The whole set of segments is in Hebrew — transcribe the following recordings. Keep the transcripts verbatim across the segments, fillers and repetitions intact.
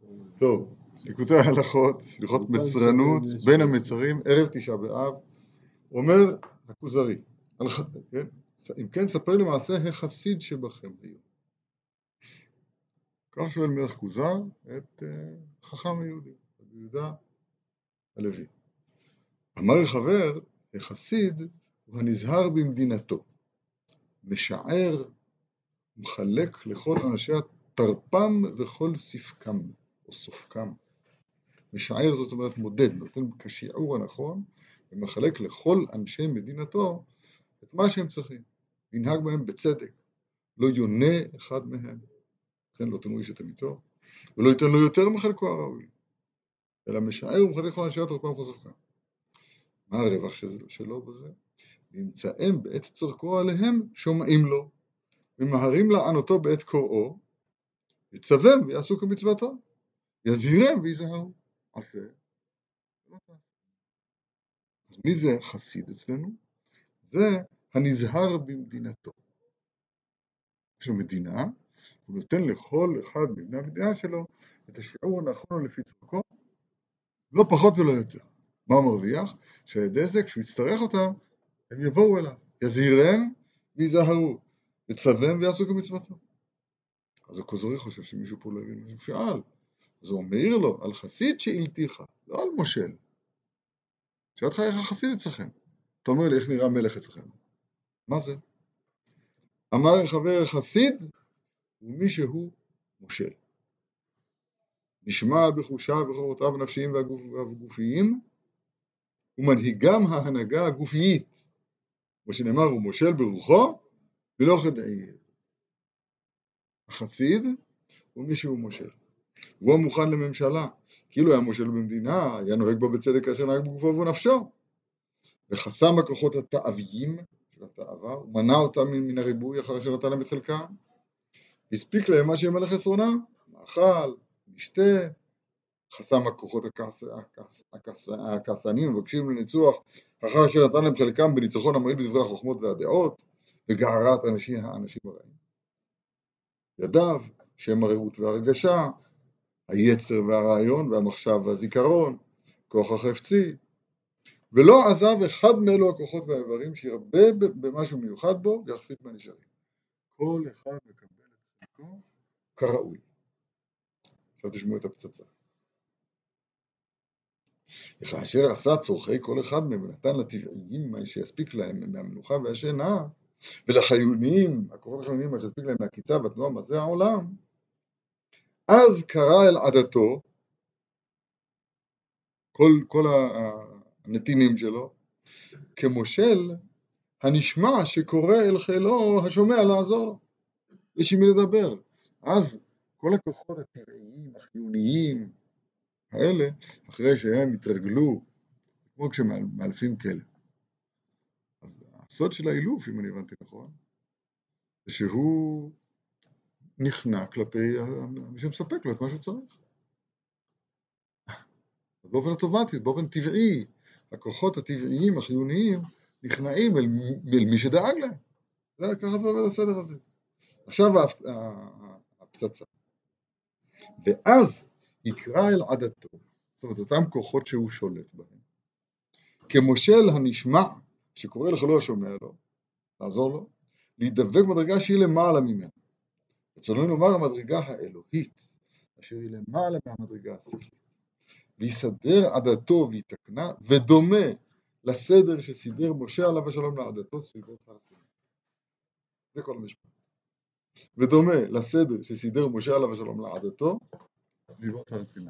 טוב, ליקוטי ההלכות, הלכות מצרנות בין המצרים, ערב תשעה באב, אומר הכוזרי, כן? אם כן, ספר למעשה החסיד שבכם היום. כך שואל מלך כוזר את uh, חכם היהודי, יהודה הלוי. אמר לחבר, החסיד הוא הנזהר במדינתו, משער ומחלק לכל אנשיה תרפם וכל ספקם, או סופקם. משער זאת אומרת מודד, נותן כשיעור הנכון, ומחלק לכל אנשי מדינתו את מה שהם צריכים. ינהג בהם בצדק, לא יונה אחד מהם, לכן לא תנו איש את עמיתו, ולא ייתן לו יותר מחלקו הראוי, אלא משער ומחלק לכל אנשי תרפם וכל סופקם. מה הרווח שלו בזה? נמצאם בעת צורכו עליהם שומעים לו, ומהרים לענותו בעת קוראו, יצווהם ויעשו כמצוותו, יזהירם ויזהרו. עשה. אז מי זה חסיד אצלנו? זה הנזהר במדינתו. יש לו מדינה, הוא נותן לכל אחד מבני המדינה שלו את השיעור הנכון לפי צורכו, לא פחות ולא יותר. מה הוא מרוויח? שעל ידי זה, כשהוא יצטרך אותם, הם יבואו אליו, יזהירם ויזהרו, יצווהם ויעשו כמצוותו. אז הכוזרי חושב שמישהו פה לא הבין מה שהוא שאל. אז הוא מעיר לו על חסיד שאילתיך, לא על מושל. שאלת לך איך החסיד אצלכם. אתה אומר לי איך נראה מלך אצלכם. מה זה? אמר חבר חסיד הוא מי שהוא מושל. נשמע בחושיו ובחורותיו הנפשיים והגופיים, ומנהיגם ההנהגה הגופייית. כמו שנאמר, הוא מושל ברוחו ולא חדאי. החסיד הוא מי שהוא מושל. הוא מוכן לממשלה, כאילו היה מושל במדינה, היה נוהג בו בצדק כאשר נהג בגופו ובנפשו. וחסם הכוחות התאוויים של התאווה, הוא מנע אותם מן הריבוי אחרי שנתן להם את חלקם, הספיק להם מה שיהיה מלך חסרונם, מאכל, משתה, חסם הכוחות הכעסנים מבקשים לניצוח, אחר שנתן להם חלקם בניצחון המועיל בדברי החוכמות והדעות, וגערת האנשים, האנשים הרעים. ידיו, שם הרעות והרגשה, היצר והרעיון והמחשב והזיכרון, כוח החפצי, ולא עזב אחד מאלו הכוחות והאיברים שירבה במשהו מיוחד בו ויחפיץ מהנשארים. כל אחד מקבל את חלקו כראוי. עכשיו תשמעו את הפצצה. וכאשר עשה צורכי כל אחד מהם ונתן לטבעיים מה שיספיק להם מהמנוחה והשינה, ולחיוניים, הכוחות החיוניים מה שיספיק להם מהקיצה והתנועה מה זה העולם, אז קרא אל עדתו כל, כל הנתינים שלו, כמושל הנשמע שקורא אל חילו השומע לעזור לו. יש עם מי לדבר. אז כל הכוחות הטבעיים, החיוניים האלה, אחרי שהם התרגלו, כמו כשמאלפים כלב. אז הסוד של האילוף, אם אני הבנתי נכון, זה שהוא נכנע כלפי מי שמספק לו את מה שהוא צריך. אז באופן אוטומטי, באופן טבעי, הכוחות הטבעיים, החיוניים, נכנעים אל, אל מי שדאג להם. זה ככה זה עובד הסדר הזה. עכשיו הפצצה. ואז יקרא אל עדתו, זאת אומרת, אותם כוחות שהוא שולט בהם, כמושל הנשמע, שקורא לחלו השומע לו, לעזור לו, להידבק מדרגה שהיא למעלה ממנו. אצלנו נאמר המדרגה האלוהית, אשר היא למעלה מהמדרגה השכלית. ויסדר עדתו ויתקנה, ודומה לסדר שסידר משה עליו השלום לעדתו סביבות הר סיני. זה כל המשפט. ודומה לסדר שסידר משה עליו השלום לעדתו סביבות הר סיני.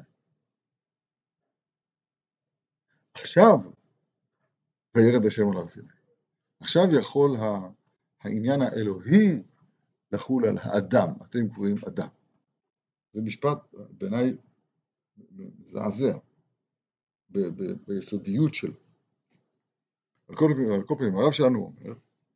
עכשיו, וירד השם על הר סיני. עכשיו יכול העניין האלוהי לחול על האדם. אתם קוראים אדם. זה משפט בעיניי מזעזע ביסודיות שלו. על כל פעמים, על כל פעמים, הרב שלנו אומר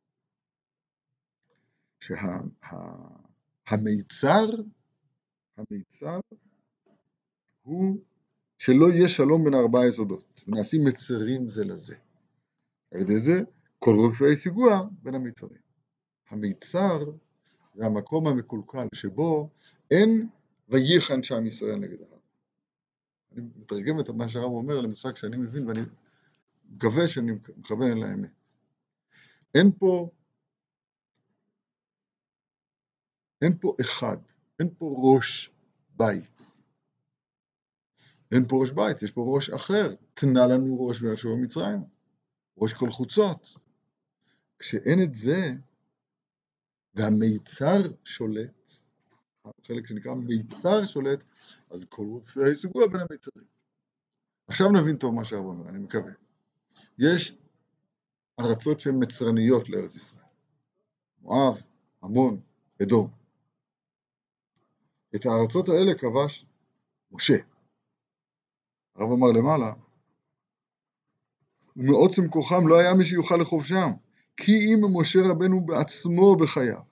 שהמיצר, המיצר הוא שלא יהיה שלום בין ארבעה יסודות, ונעשים מצרים זה לזה. על ידי זה כל רודפי סיגוע בין המיצרים. המיצר זה המקום המקולקל שבו אין וייחן שם ישראל נגד הרע. אני מתרגם את מה שהרב אומר למושג שאני מבין, ואני מקווה שאני מכוון לאמת. אין פה, אין פה אחד, אין פה ראש בית. אין פה ראש בית, יש פה ראש אחר. תנה לנו ראש ונשוב במצרים. ראש כל חוצות. כשאין את זה, והמיצר שולט, חלק שנקרא מיצר שולט, אז כל רופא יסוגוע בין המיצרים. עכשיו נבין טוב מה שהרב אומר, אני מקווה. יש ארצות שהן מצרניות לארץ ישראל. מואב, עמון, אדום. את הארצות האלה כבש משה. הרב אמר למעלה, ומעוצם כוחם לא היה מי שיוכל לכובשם, כי אם משה רבנו בעצמו בחייו.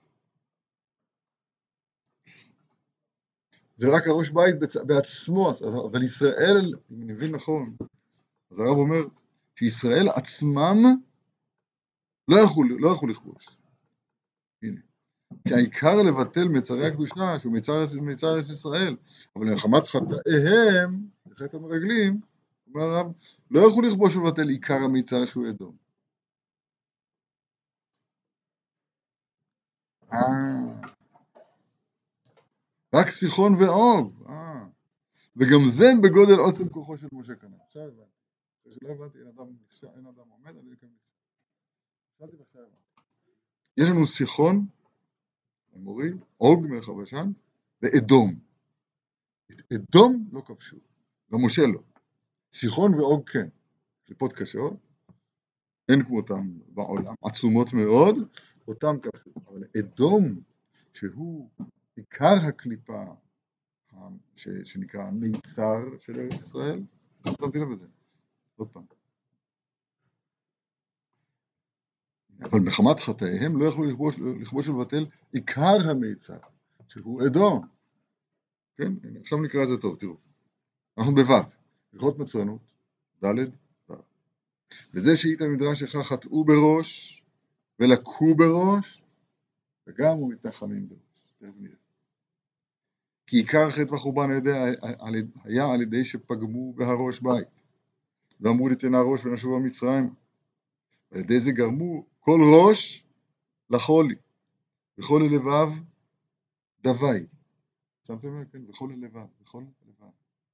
זה רק הראש בית בעצמו, אבל ישראל, אם אני מבין נכון, אז הרב אומר שישראל עצמם לא יכלו, לא יכלו לכבוש. הנה. כי העיקר לבטל מצרי הקדושה, שהוא מצר, מצר ארץ ישראל, אבל לחמת חטאיהם, חטא המרגלים, אומר הרב, לא יכלו לכבוש ולבטל עיקר המצר שהוא אדום. אה, רק סיחון ועוג. אה. וגם זה בגודל עוצם כוחו של משה כנראה. עכשיו הבנתי. כשלא הבנתי, אין אדם נכשל, אין אדם עומד, אני כאן נכשלתי ועכשיו הבנתי. יש לנו סיחון, אמורי, עוג מלך הבשן, ואדום. את אדום לא כבשו, גם משה לא. סיחון ועוג כן. קליפות קשות, אין כמותם בעולם, עצומות מאוד, אותם כבשו. אבל אדום, שהוא עיקר הקליפה, ש, שנקרא המיצר של ארץ ישראל, שמתי לב לזה, עוד פעם. אבל מחמת חטאיהם לא יכלו לכבוש, לכבוש ולבטל עיקר המיצר, שהוא אדום. כן, עכשיו נקרא את זה טוב, תראו. אנחנו בו', הלכות מצרנות, ד' ו'. וזה שהיית המדרש שלך חטאו בראש, ולקו בראש, וגם הוא מתנחמים בראש. כי עיקר חטא וחורבן היה על ידי שפגמו בהראש בית, ואמרו לתנה ראש ונשוב במצרים. ועל ידי זה גרמו כל ראש לחולי, וכל לבב דווי. שמתם לב? כן, וכל לבב, וכל לבב.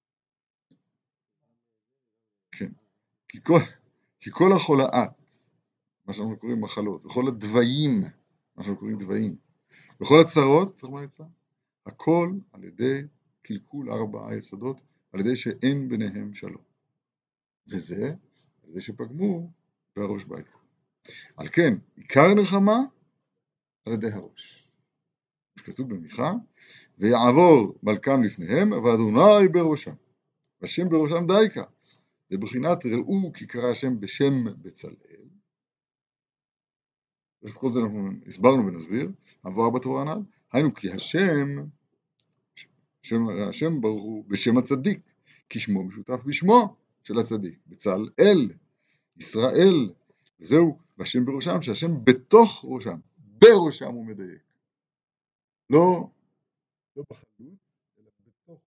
כן, כי כל, כי כל החולאת, מה שאנחנו קוראים מחלות, וכל הדוויים, מה שאנחנו קוראים דוויים, וכל הצרות, צריך מה יצא? הכל על ידי קלקול ארבעה יסודות, על ידי שאין ביניהם שלום. וזה, על ידי שפגמו בהראש בית. על כן, עיקר נחמה על ידי הראש. כתוב במיכה, ויעבור מלכם לפניהם, ואדוני בראשם. השם בראשם דייקה. זה בחינת ראו כי קרא השם בשם בצלאל. וכל זה אנחנו הסברנו ונסביר, המבואר בתורה הנ"ל. היינו כי השם, השם, השם ברוך הוא בשם הצדיק, כי שמו משותף בשמו של הצדיק, בצלאל, ישראל, וזהו, והשם בראשם, שהשם בתוך ראשם, בראשם הוא מדייק. לא, לא בחלוץ, אלא בתוך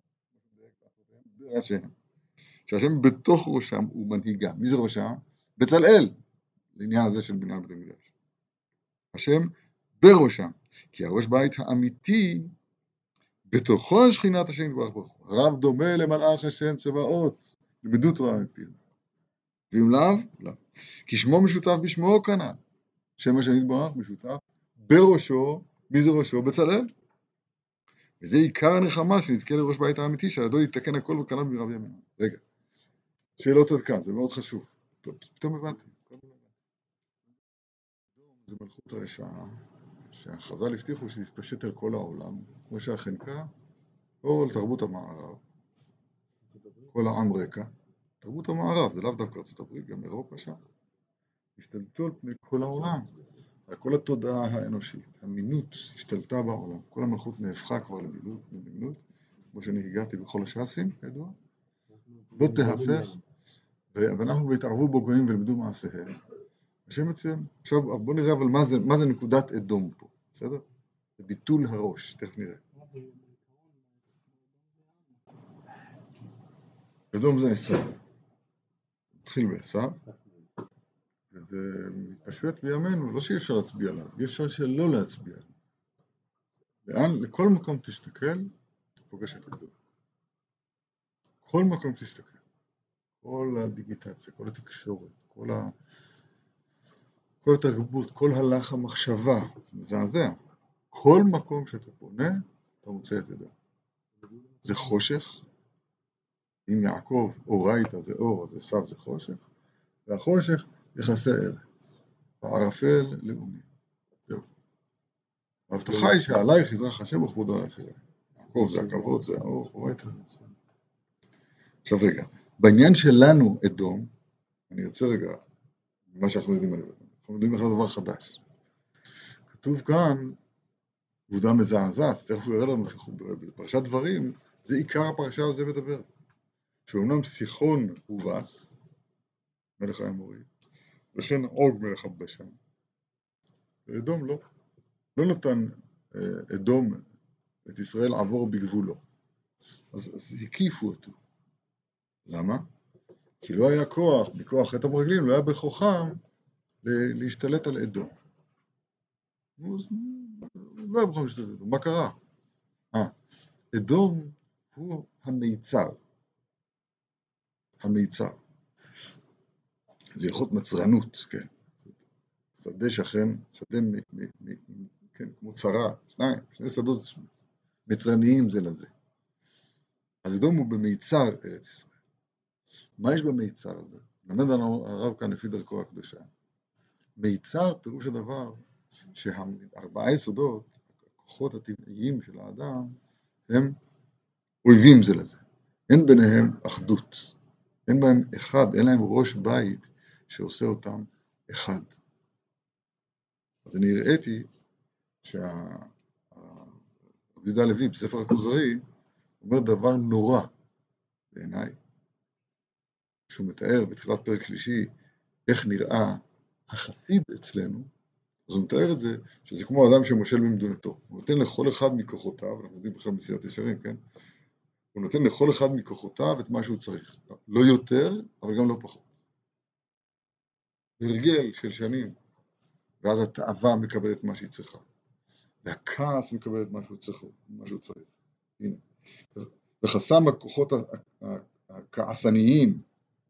ראשם. שהשם בתוך ראשם הוא מנהיגה. מי זה ראשם? בצלאל, לעניין הזה של בניין בית המקדש. השם בראשם, כי הראש בית האמיתי, בתוכו שכינת השם יתברך ברוך הוא. רב דומה למלאך השם צבאות, למדו תורה מפיו. ואם לאו, לא. כי שמו משותף בשמו כנ"ל. שם השם יתברך משותף בראשו, מי זה ראשו? בצלאל. וזה עיקר הנחמה שנזכה לראש בית האמיתי, שעל ידו יתקן הכל וכנ"ל מרב ימינו. רגע, שאלות עד כאן, זה מאוד חשוב. פתאום הבנתי. זה מלכות הרשעה, שהחז"ל הבטיחו שתתפשט על כל העולם, כמו שאכן קרה, או לתרבות המערב. כל העם רקע. תרבות המערב, זה לאו דווקא ארצות הברית, גם אירופה שם. השתלטו על פני כל העולם. על כל התודעה האנושית. המינות השתלטה בעולם. כל המלכות נהפכה כבר למינות, למינות. כמו שאני הגעתי בכל הש"סים, ידוע. לא תהפך, ואנחנו בהתערבו בו גויים ולמדו מעשיהם. השם מציין. עכשיו בוא נראה אבל מה זה, מה זה נקודת אדום פה, בסדר? זה ביטול הראש, תכף נראה. אדום זה עשיו. התחיל בעשיו, וזה מתפשט בימינו, לא שאי אפשר להצביע עליו, אי אפשר שלא להצביע עליו. לאן, לכל מקום תסתכל, פוגש את אדום. כל מקום תסתכל. כל הדיגיטציה, כל התקשורת, כל, ה... כל התרבות, כל הלך המחשבה, זה מזעזע. כל מקום שאתה פונה, אתה מוצא את אדום. זה חושך. אם יעקב אורייתא זה אור, אז עשיו זה חושך. והחושך יחסי ארץ. הערפל לאומי. זהו. ההבטחה היא שעלייך יזרח השם וכבודו עליך יראה. יעקב זה הכבוד, זה האור, אורייתא. עכשיו רגע, בעניין שלנו אדום, אני יוצא רגע, מה שאנחנו יודעים עליו, אנחנו יודעים בכלל דבר חדש. כתוב כאן, עובדה מזעזעת, תכף הוא יראה לנו בפרשת דברים, זה עיקר הפרשה הזה מדבר. שאומנם סיחון הובס, מלך האמורי, וכן עוג מלך הבשן, ואדום לא. לא נתן אדום את ישראל עבור בגבולו. אז, אז הקיפו אותו. למה? כי לא היה כוח, בכוח חטא המרגלים, לא היה בכוחם להשתלט על אדום. לא היה בכוחם להשתלט על אדום. מה קרה? אה, אדום הוא המיצר. המיצר. זה הלכות מצרנות, כן. שדה שכן, שדה מ, מ, מ, כן, כמו צרה, שניים, שני שדות מצרניים זה לזה. אז אדום הוא במיצר ארץ ישראל. מה יש במיצר הזה? למד הרב כאן לפי דרכו הקדושה. מיצר פירוש הדבר שהארבעה יסודות, הכוחות הטבעיים של האדם, הם אויבים זה לזה. אין ביניהם אחדות. אין בהם אחד, אין להם ראש בית שעושה אותם אחד. אז אני הראיתי שהרבי יהודה הלוי בספר הכוזרי אומר דבר נורא בעיניי, שהוא מתאר בתחילת פרק שלישי איך נראה החסיד אצלנו. אז הוא מתאר את זה שזה כמו אדם שמושל במדינתו, הוא נותן לכל אחד מכוחותיו, אנחנו יודעים עכשיו מסיעת ישרים, כן? הוא נותן לכל אחד מכוחותיו את מה שהוא צריך, לא יותר אבל גם לא פחות. הרגל של שנים, ואז התאווה מקבלת מה שהיא צריכה, והכעס מקבל את מה שהוא צריך, מה שהוא צריך. הנה. וחסם הכוחות הכעסניים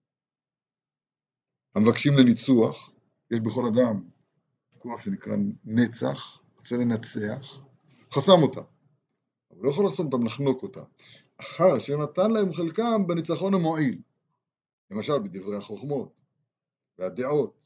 המבקשים לניצוח, יש בכל אדם כוח שנקרא נצח, רוצה לנצח, חסם אותה, אבל לא יכול לחסום אותם, לחנוק אותה, אחר שנתן להם חלקם בניצחון המועיל, למשל בדברי החוכמות, והדעות,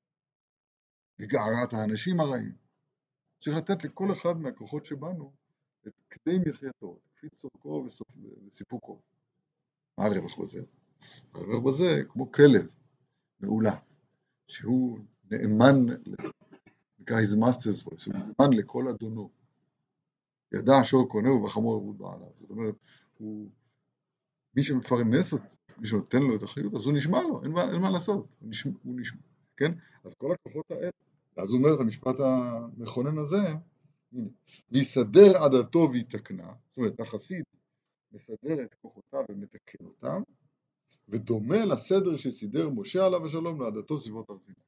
בגערת האנשים הרעים. צריך לתת לכל אחד מהכוחות שבנו את כדי מחייתו, כפי צורכו וסיפוקו. מה הרווח בזה? הרווח בזה כמו כלב מעולה, שהוא נאמן, נקרא his master's voice, הוא נאמן לכל אדונו. ידע שור קונהו וחמור עבוד בעליו. זאת אומרת, הוא, מי שמפרנס אותו, מי שנותן לו את החיות, אז הוא נשמע לו, אין מה, אין מה לעשות, הוא נשמע, הוא נשמע, כן? אז כל הכוחות האלה, אז הוא אומר את המשפט המכונן הזה, הנה, ויסדר עדתו ויתקנה, זאת אומרת, החסיד מסדר את כוחותיו ומתקן אותם, ודומה לסדר שסידר משה עליו השלום לעדתו סביבות הר סיני.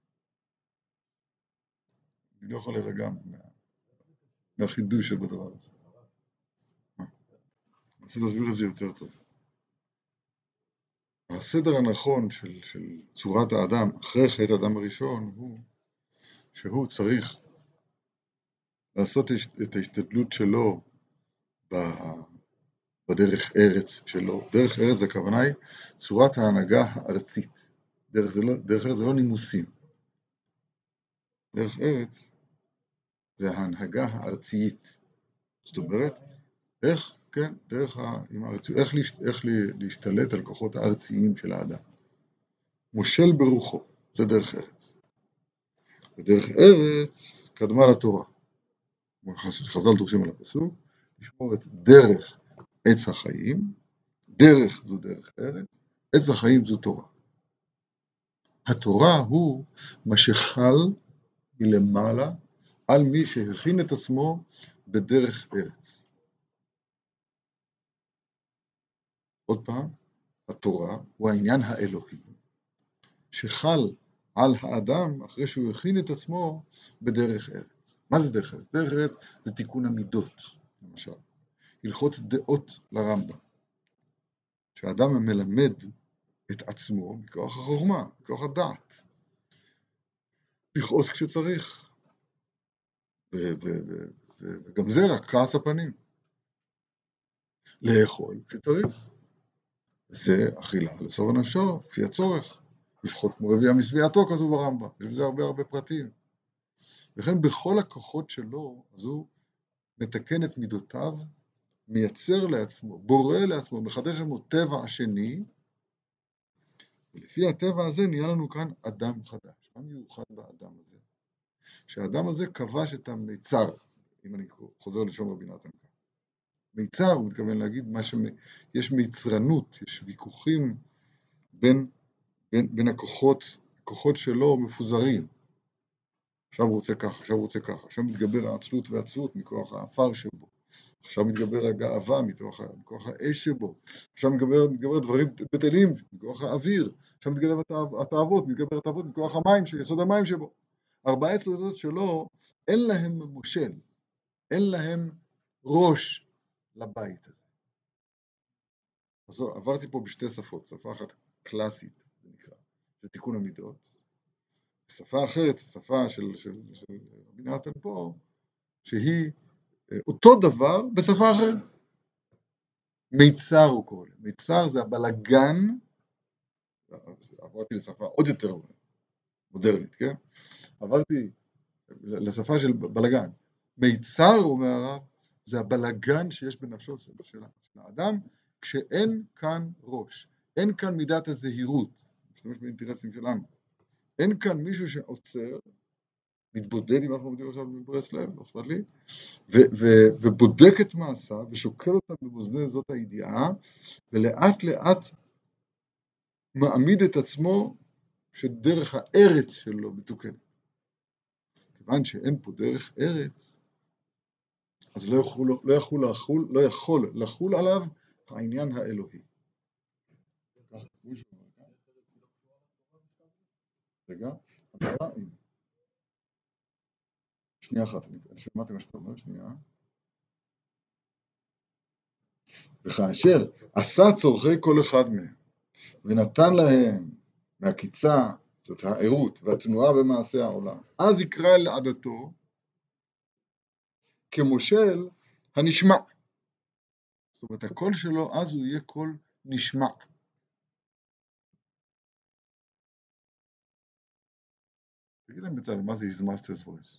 אני לא יכול להירגע מה... מהחידוש שבדבר הזה. אני רוצה להסביר את זה יותר טוב. הסדר הנכון של, של צורת האדם אחרי חטא האדם הראשון הוא שהוא צריך לעשות את ההשתדלות שלו בדרך ארץ שלו. דרך ארץ הכוונה היא צורת ההנהגה הארצית. דרך, זה לא, דרך ארץ זה לא נימוסים. דרך ארץ זה ההנהגה הארצית. זאת אומרת, איך, כן, דרך הארציות, איך, להשת, איך להשתלט על כוחות הארציים של האדם. מושל ברוחו, זה דרך ארץ. ודרך ארץ קדמה לתורה. חז"ל דורשים על הפסוק, לשמור את דרך עץ החיים, דרך זו דרך ארץ, עץ החיים זו תורה. התורה הוא מה שחל מלמעלה על מי שהכין את עצמו בדרך ארץ. עוד פעם, התורה הוא העניין האלוהי, שחל על האדם אחרי שהוא הכין את עצמו בדרך ארץ. מה זה דרך ארץ? דרך ארץ זה תיקון המידות, למשל. הלכות דעות לרמב"ם, שהאדם מלמד את עצמו מכוח החוכמה, מכוח הדעת, לכעוס כשצריך, וגם זה רק כעס הפנים, לאכול כשצריך, זה אכילה לסוב נפשו, כפי הצורך, לפחות כמו רביע משביעתו, כזו ברמב"ם, יש בזה הרבה הרבה פרטים. וכן בכל הכוחות שלו, אז הוא מתקן את מידותיו, מייצר לעצמו, בורא לעצמו, מחדש לנו טבע השני, ולפי הטבע הזה נהיה לנו כאן אדם חדש. מה מיוחד באדם הזה? שהאדם הזה כבש את המיצר, אם אני חוזר לשון רבי נתן. מיצר, הוא מתכוון להגיד, מה שמ... יש מיצרנות, יש ויכוחים בין, בין, בין הכוחות, הכוחות שלו מפוזרים. עכשיו הוא רוצה ככה, עכשיו הוא רוצה ככה, עכשיו מתגבר העצלות והעצבות מכוח האפר שבו, עכשיו מתגבר הגאווה מכוח, מכוח האש שבו, עכשיו מתגבר, מתגבר דברים בטלים מכוח האוויר, עכשיו מתגבר התאוות, מתגבר התאוות מכוח המים, יסוד המים שבו. ארבעה יסודות שלו, אין להם מושל, אין להם ראש לבית הזה. אז עברתי פה בשתי שפות, שפה אחת קלאסית, זה נקרא, של תיקון המידות, שפה אחרת, שפה של, של, של רבי נתן פה, שהיא אותו דבר בשפה אחרת. מיצר הוא קורא, מיצר זה הבלגן, עברתי לשפה עוד יותר מודרנית, כן? עברתי לשפה של בלגן. מיצר, אומר הרב, זה הבלגן שיש בנפשו של, של האדם, כשאין כאן ראש, אין כאן מידת הזהירות, משתמש באינטרסים שלנו. אין כאן מישהו שעוצר, מתבודד, אם אנחנו עומדים עכשיו בברסלב, לא אכפת לי, ו- ו- ובודק את מעשה, ושוקל אותה במאזני זאת הידיעה, ולאט לאט מעמיד את עצמו שדרך הארץ שלו מתוקנת. כיוון שאין פה דרך ארץ, אז לא יכול, לא יכול, לחול, לא יכול לחול עליו העניין האלוהי. רגע, שנייה אחת, אני שמעתי מה שאתה אומר, שנייה. וכאשר עשה צורכי כל אחד מהם, ונתן להם מהקיצה, זאת העירות והתנועה במעשה העולם, אז יקרא אל עדתו כמושל הנשמע. זאת אומרת, הקול שלו אז הוא יהיה קול נשמע. תגיד להם בצד, מה זה his master's voice?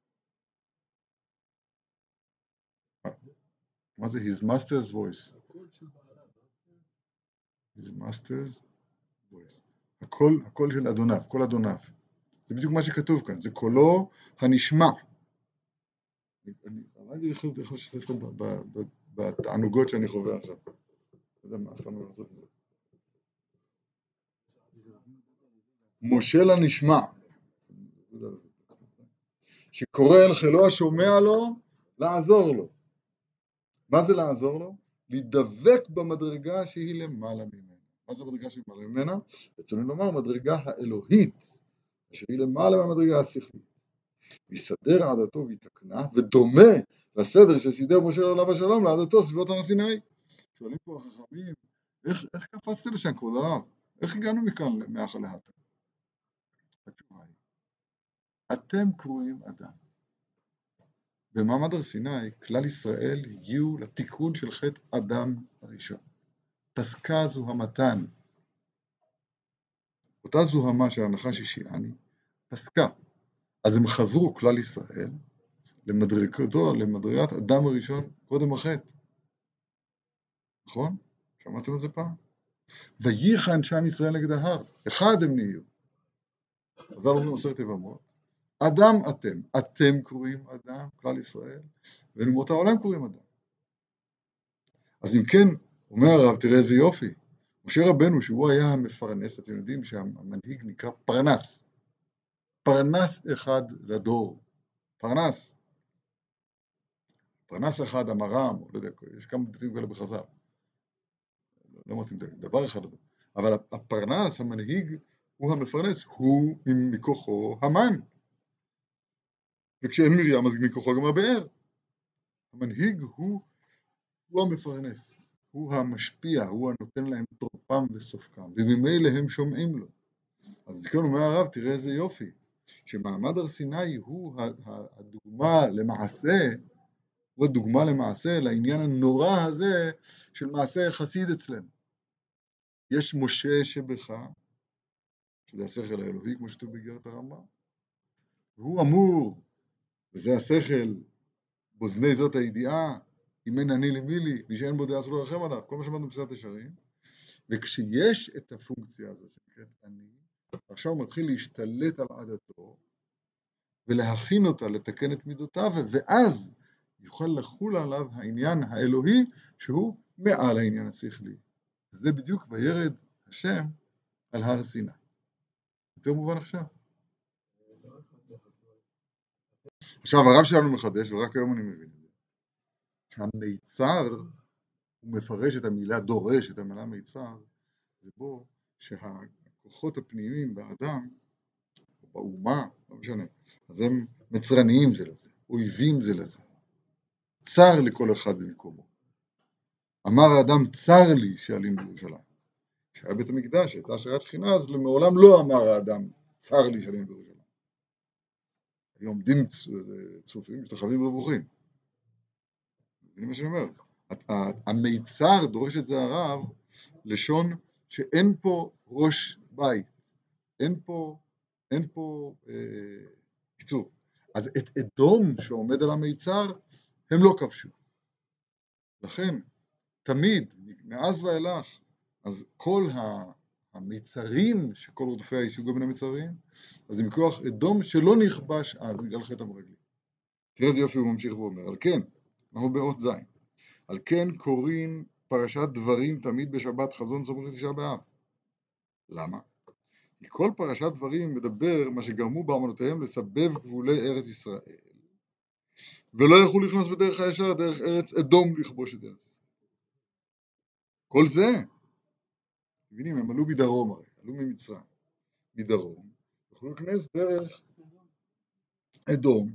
מה זה his master's voice? his master's voice. הקול, הקול של אדוניו, קול אדוניו. זה בדיוק מה שכתוב כאן, זה קולו הנשמע. אני יכול לשתף כאן בתענוגות שאני חווה עכשיו. לא יודע מה, אף פעם לא לעשות את זה. מושל הנשמע, שקורא אל חילו השומע לו, לעזור לו. מה זה לעזור לו? להידבק במדרגה שהיא למעלה ממנה. מה זה מדרגה שהיא למעלה ממנה? אצלנו לומר מדרגה האלוהית, שהיא למעלה מהמדרגה השכלית. ויסדר עדתו ויתקנה, ודומה לסדר שסידר משה עליו השלום לעדתו סביבות הר סיני. שואלים פה החכמים, איך, איך קפצת לשם כבוד הרב? איך הגענו מכאן מאחה להטה? התשובה היא, אתם קרואים אדם. במעמד הר סיני, כלל ישראל הגיעו לתיקון של חטא אדם הראשון. פסקה זוהמתן. אותה זוהמה של הנחש השיעני, פסקה. אז הם חזרו כלל ישראל למדרגתו, למדרגת אדם הראשון קודם החטא. נכון? שמעתם את זה פעם? וייחן שם ישראל נגד ההר. אחד הם נהיו. אז אנחנו במסכת יבמות. אדם אתם. אתם קוראים אדם, כלל ישראל, ולאומות העולם קוראים אדם. אז אם כן, אומר הרב, תראה איזה יופי. משה רבנו, שהוא היה המפרנס, אתם יודעים שהמנהיג נקרא פרנס. פרנס אחד לדור. פרנס. פרנס אחד, המרם, לא יודע, יש כמה ביטויים כאלה בחז"ל. לא מוצאים תקן, דבר אחד. אבל הפרנס, המנהיג, הוא המפרנס, הוא מכוחו המן. וכשאין מרים, אז מכוחו גם הבאר. המנהיג הוא, הוא המפרנס, הוא המשפיע, הוא הנותן להם תורפם וסופקם, וממילא הם שומעים לו. אז כאן אומר הרב, תראה איזה יופי, שמעמד הר סיני הוא הדוגמה למעשה, הוא הדוגמה למעשה לעניין הנורא הזה של מעשה חסיד אצלנו. יש משה שבך, שזה השכל האלוהי, כמו שכתוב באיגרת הרמב"ם, והוא אמור, וזה השכל, באוזני זאת הידיעה, אם אין אני למי לי, מי שאין בו דעה אסור לרחם עליו, כל מה שאמרנו בפסילת ישרים, וכשיש את הפונקציה הזאת שנקראת אני, עכשיו הוא מתחיל להשתלט על עדתו, ולהכין אותה, לתקן את מידותיו, ואז יוכל לחול עליו העניין האלוהי, שהוא מעל העניין השכלי. זה בדיוק וירד השם על הר סיני. יותר מובן עכשיו. עכשיו הרב שלנו מחדש, ורק היום אני מבין את זה, שהמיצר, הוא מפרש את המילה, דורש את המילה מיצר, זה בו שהכוחות הפנימיים באדם, או באומה, לא משנה, אז הם מצרניים זה לזה, אויבים זה לזה. צר לכל אחד במקומו. אמר האדם, צר לי שעלים בירושלים. כשהיה בית המקדש, הייתה השראת שכינה, אז מעולם לא אמר האדם, צר לי שעלים בירושלים. היו עומדים צופים, משתחווים רווחים. זה מה שאני אומר. המיצר, דורש את זה הרב, לשון שאין פה ראש בית. אין פה, אין פה, אה, קיצור. אז את אדום שעומד על המיצר, הם לא כבשו. לכן, תמיד, מאז ואילך, אז כל המיצרים, שכל רודפי הישוגו בין המיצרים, אז זה מכוח אדום שלא נכבש אז, בגלל חטא המרגלים. תראה איזה יופי הוא ממשיך ואומר, על כן, אנחנו באות זין, על כן קוראים פרשת דברים תמיד בשבת חזון סמוך לתשעה באב. למה? כי כל פרשת דברים מדבר מה שגרמו באמנותיהם לסבב גבולי ארץ ישראל, ולא יכלו לכנוס בדרך הישר, דרך ארץ אדום לכבוש את ארץ ישראל. כל זה, מבינים, הם עלו מדרום הרי, עלו ממצרים, מדרום, יכלו לכנס דרך אדום,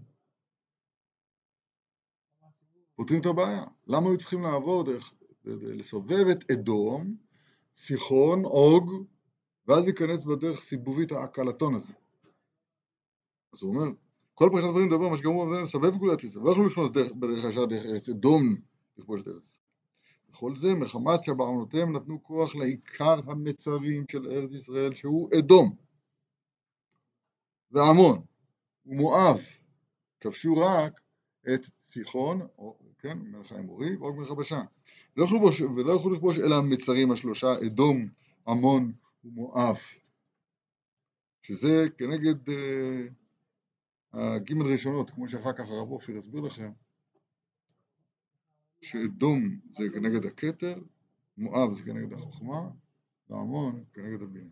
פותרים את הבעיה. למה היו צריכים לעבור דרך, לסובב את אדום, סיחון, אוג, ואז להיכנס בדרך סיבובית הקלטון הזה. אז הוא אומר, כל פרשת דברים מדבר מה שגרמו במדינה לסבב גבולת ישראל, לא יכלו לכנוס בדרך הישר דרך ארץ אדום לכבוש את ארץ. בכל זה מחמת שבאמנותיהם נתנו כוח לעיקר המצרים של ארץ ישראל, שהוא אדום ועמון ומואב, כבשו רק את סיחון, או, כן, מלך האמורי, ואוג מלך הבשן. ולא יכלו לכבוש אלא המצרים השלושה, אדום, עמון ומואב, שזה כנגד אה, הגימל ראשונות, כמו שאחר כך הרב אופיר הסביר לכם, שאדום זה כנגד הכתר, מואב זה כנגד החוכמה, ועמון כנגד הבינה.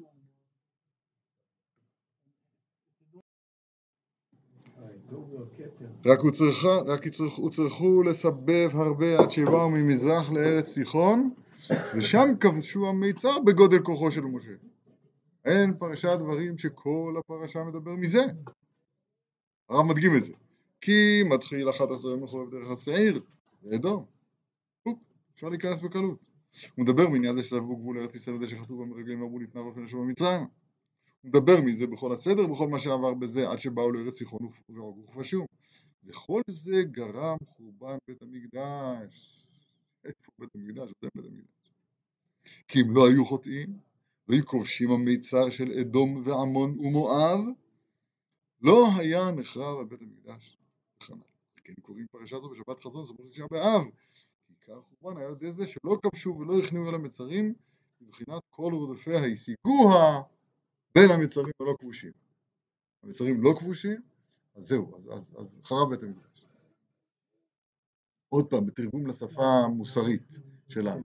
רק הוא צריכה, רק הוא צריכו לסבב הרבה עד שבאו ממזרח לארץ סיחון, ושם כבשו המיצר בגודל כוחו של משה. אין פרשת דברים שכל הפרשה מדבר מזה. הרב מדגים את זה. כי מתחיל אחת עשרה מחולב דרך השעיר, זה אדום. אפשר להיכנס בקלות. הוא מדבר מעניין זה שסבבו גבול ארץ ישראל וזה שחטאו במרגלים ואמרו ניתנה רופן לשוב במצרים. הוא מדבר מזה בכל הסדר, בכל מה שעבר בזה עד שבאו לארץ סיחון ועוג וכבשו. וכל זה גרם חורבן בית המקדש. איפה בית המקדש? אתם בית המקדש. כי אם לא היו חוטאים, והיו כובשים המיצר של אדום ועמון ומואב, לא היה נחרב על בית המקדש. וכנ"ל. כן, קוראים פרשה זו בשבת חזון, סמוך לתשעה באב. עיקר חורבן היה ידי זה שלא כבשו ולא הכניעו אל המצרים, מבחינת כל רודפיה השיגוה בין המצרים ולא כבושים. המצרים לא כבושים, אז זהו, אז, אז, אז חרב בית המקדש. עוד פעם, בתרגום לשפה המוסרית שלנו.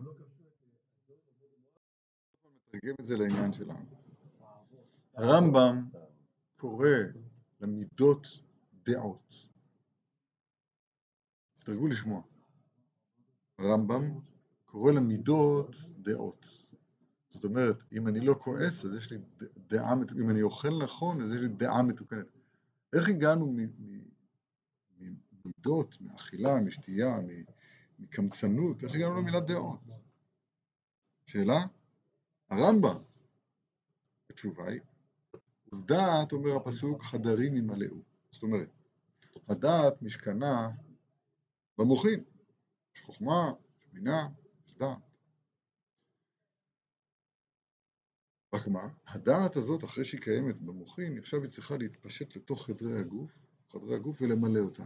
נתרגם את זה לעניין שלנו. הרמב"ם קורא למידות דעות. תתרגלו לשמוע. הרמב"ם קורא למידות דעות. זאת אומרת, אם אני לא כועס, אז יש לי דעה, אם אני אוכל נכון, אז יש לי דעה מתוקנת. איך הגענו ממידות, מאכילה, משתייה, מקמצנות, איך הגענו למילה דעות? שאלה? הרמב"ם. התשובה היא, דעת, אומר הפסוק, חדרים ימלאו. זאת אומרת, הדעת משכנה במוחין. יש חוכמה, יש בינה, יש דעת. רק מה, הדעת הזאת, אחרי שהיא קיימת במוחין, עכשיו היא צריכה להתפשט לתוך חדרי הגוף, חדרי הגוף ולמלא אותה.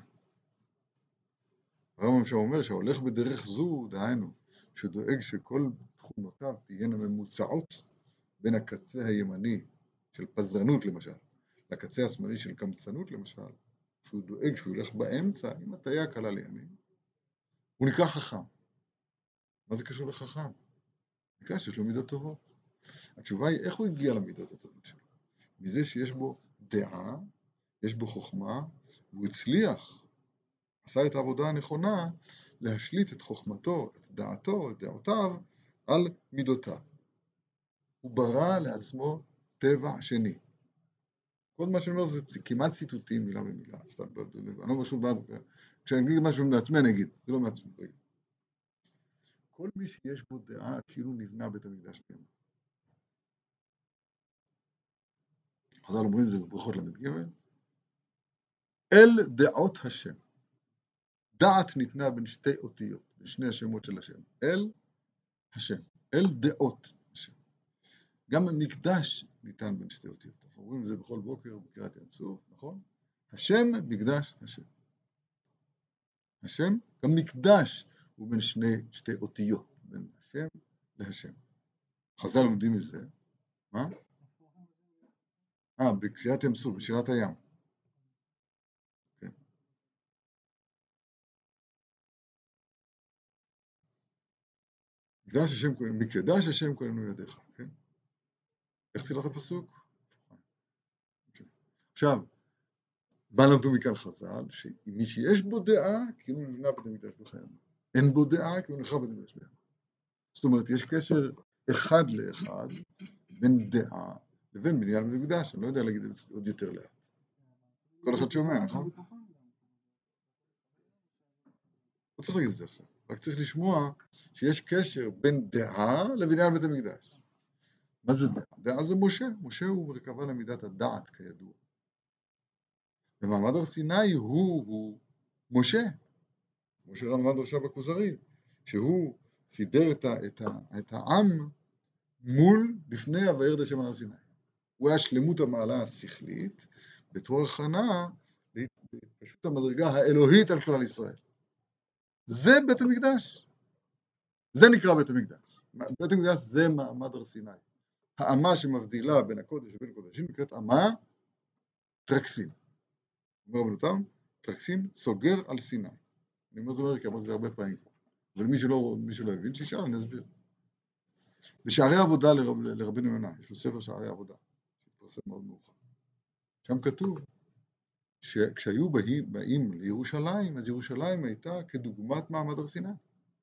הרמב"ם שם אומר שההולך בדרך זו, דהיינו, שדואג שכל תכונותיו תהיינה ממוצעות בין הקצה הימני של פזרנות למשל, לקצה השמאלי של קמצנות למשל, שהוא דואג שהוא ילך באמצע עם הטיה קלה לימין, הוא נקרא חכם. מה זה קשור לחכם? נקרא שיש לו מידות טובות. התשובה היא, איך הוא הגיע למידות הטובות שלו? מזה שיש בו דעה, יש בו חוכמה, והוא הצליח, עשה את העבודה הנכונה, להשליט את חוכמתו, את דעתו, את דעותיו, על מידותיו. הוא ברא לעצמו טבע שני. כל מה שאני אומר זה כמעט ציטוטים מילה במילה. אני לא משהו בעד, כשאני אגיד משהו מעצמי אני אגיד, זה לא מעצמי. כל מי שיש בו דעה כאילו נבנה בית המקדש בימיו. חז"ל אומרים את זה בברכות למ"ג. אל דעות השם. דעת ניתנה בין שתי אותיות, בין שני השמות של השם. אל השם. אל דעות השם. גם המקדש ניתן בין שתי אותיות. אנחנו רואים את זה בכל בוקר בקריאת ים סוף, נכון? השם, מקדש, השם. השם, גם מקדש הוא בין שני, שתי אותיות, בין השם להשם. חז"ל לומדים את זה. מה? אה, בקריאת ים סוף, בשירת הים. כן. מקדש השם, מקדש השם כוננו ידיך, כן? איך תפילת הפסוק? עכשיו, מה למדו מכאן חז"ל? שמי שיש בו דעה, כאילו נבנה בית המקדש בחייו. אין בו דעה, כאילו נחרב בית המקדש בחייו. זאת אומרת, יש קשר אחד לאחד בין דעה לבין בניין בית המקדש. אני לא יודע להגיד את זה עוד יותר לאט. כל אחד שומע, נכון? לא צריך להגיד את זה עכשיו. רק צריך לשמוע שיש קשר בין דעה לבניין בית המקדש. מה זה דעה? דעה זה משה. משה הוא מרכבה למידת הדעת, כידוע. ומעמד הר סיני הוא, הוא משה. משה רמב"ן דרשה בכוזרי, שהוא סידר את, ה, את, ה, את העם מול, לפני וירד השם על הר סיני. הוא היה שלמות המעלה השכלית, בתור הכנה להתפשטות המדרגה האלוהית על כלל ישראל. זה בית המקדש. זה נקרא בית המקדש. בית המקדש זה מעמד הר סיני. האמה שמבדילה בין הקודש ובין הקודשים נקראת אמה טרקסין. אומר בנותם, טרקסין סוגר על סיני. אני אומר את זה אומר, כי אמרתי את זה הרבה פעמים. אבל מי שלא, מי שלא הבין, שישאל, אני אסביר. בשערי עבודה לרב, לרבינו יונה, יש לו ספר שערי עבודה, שהתפרסם מאוד מאוחר. שם כתוב שכשהיו באים, באים לירושלים, אז ירושלים הייתה כדוגמת מעמד הר סיני.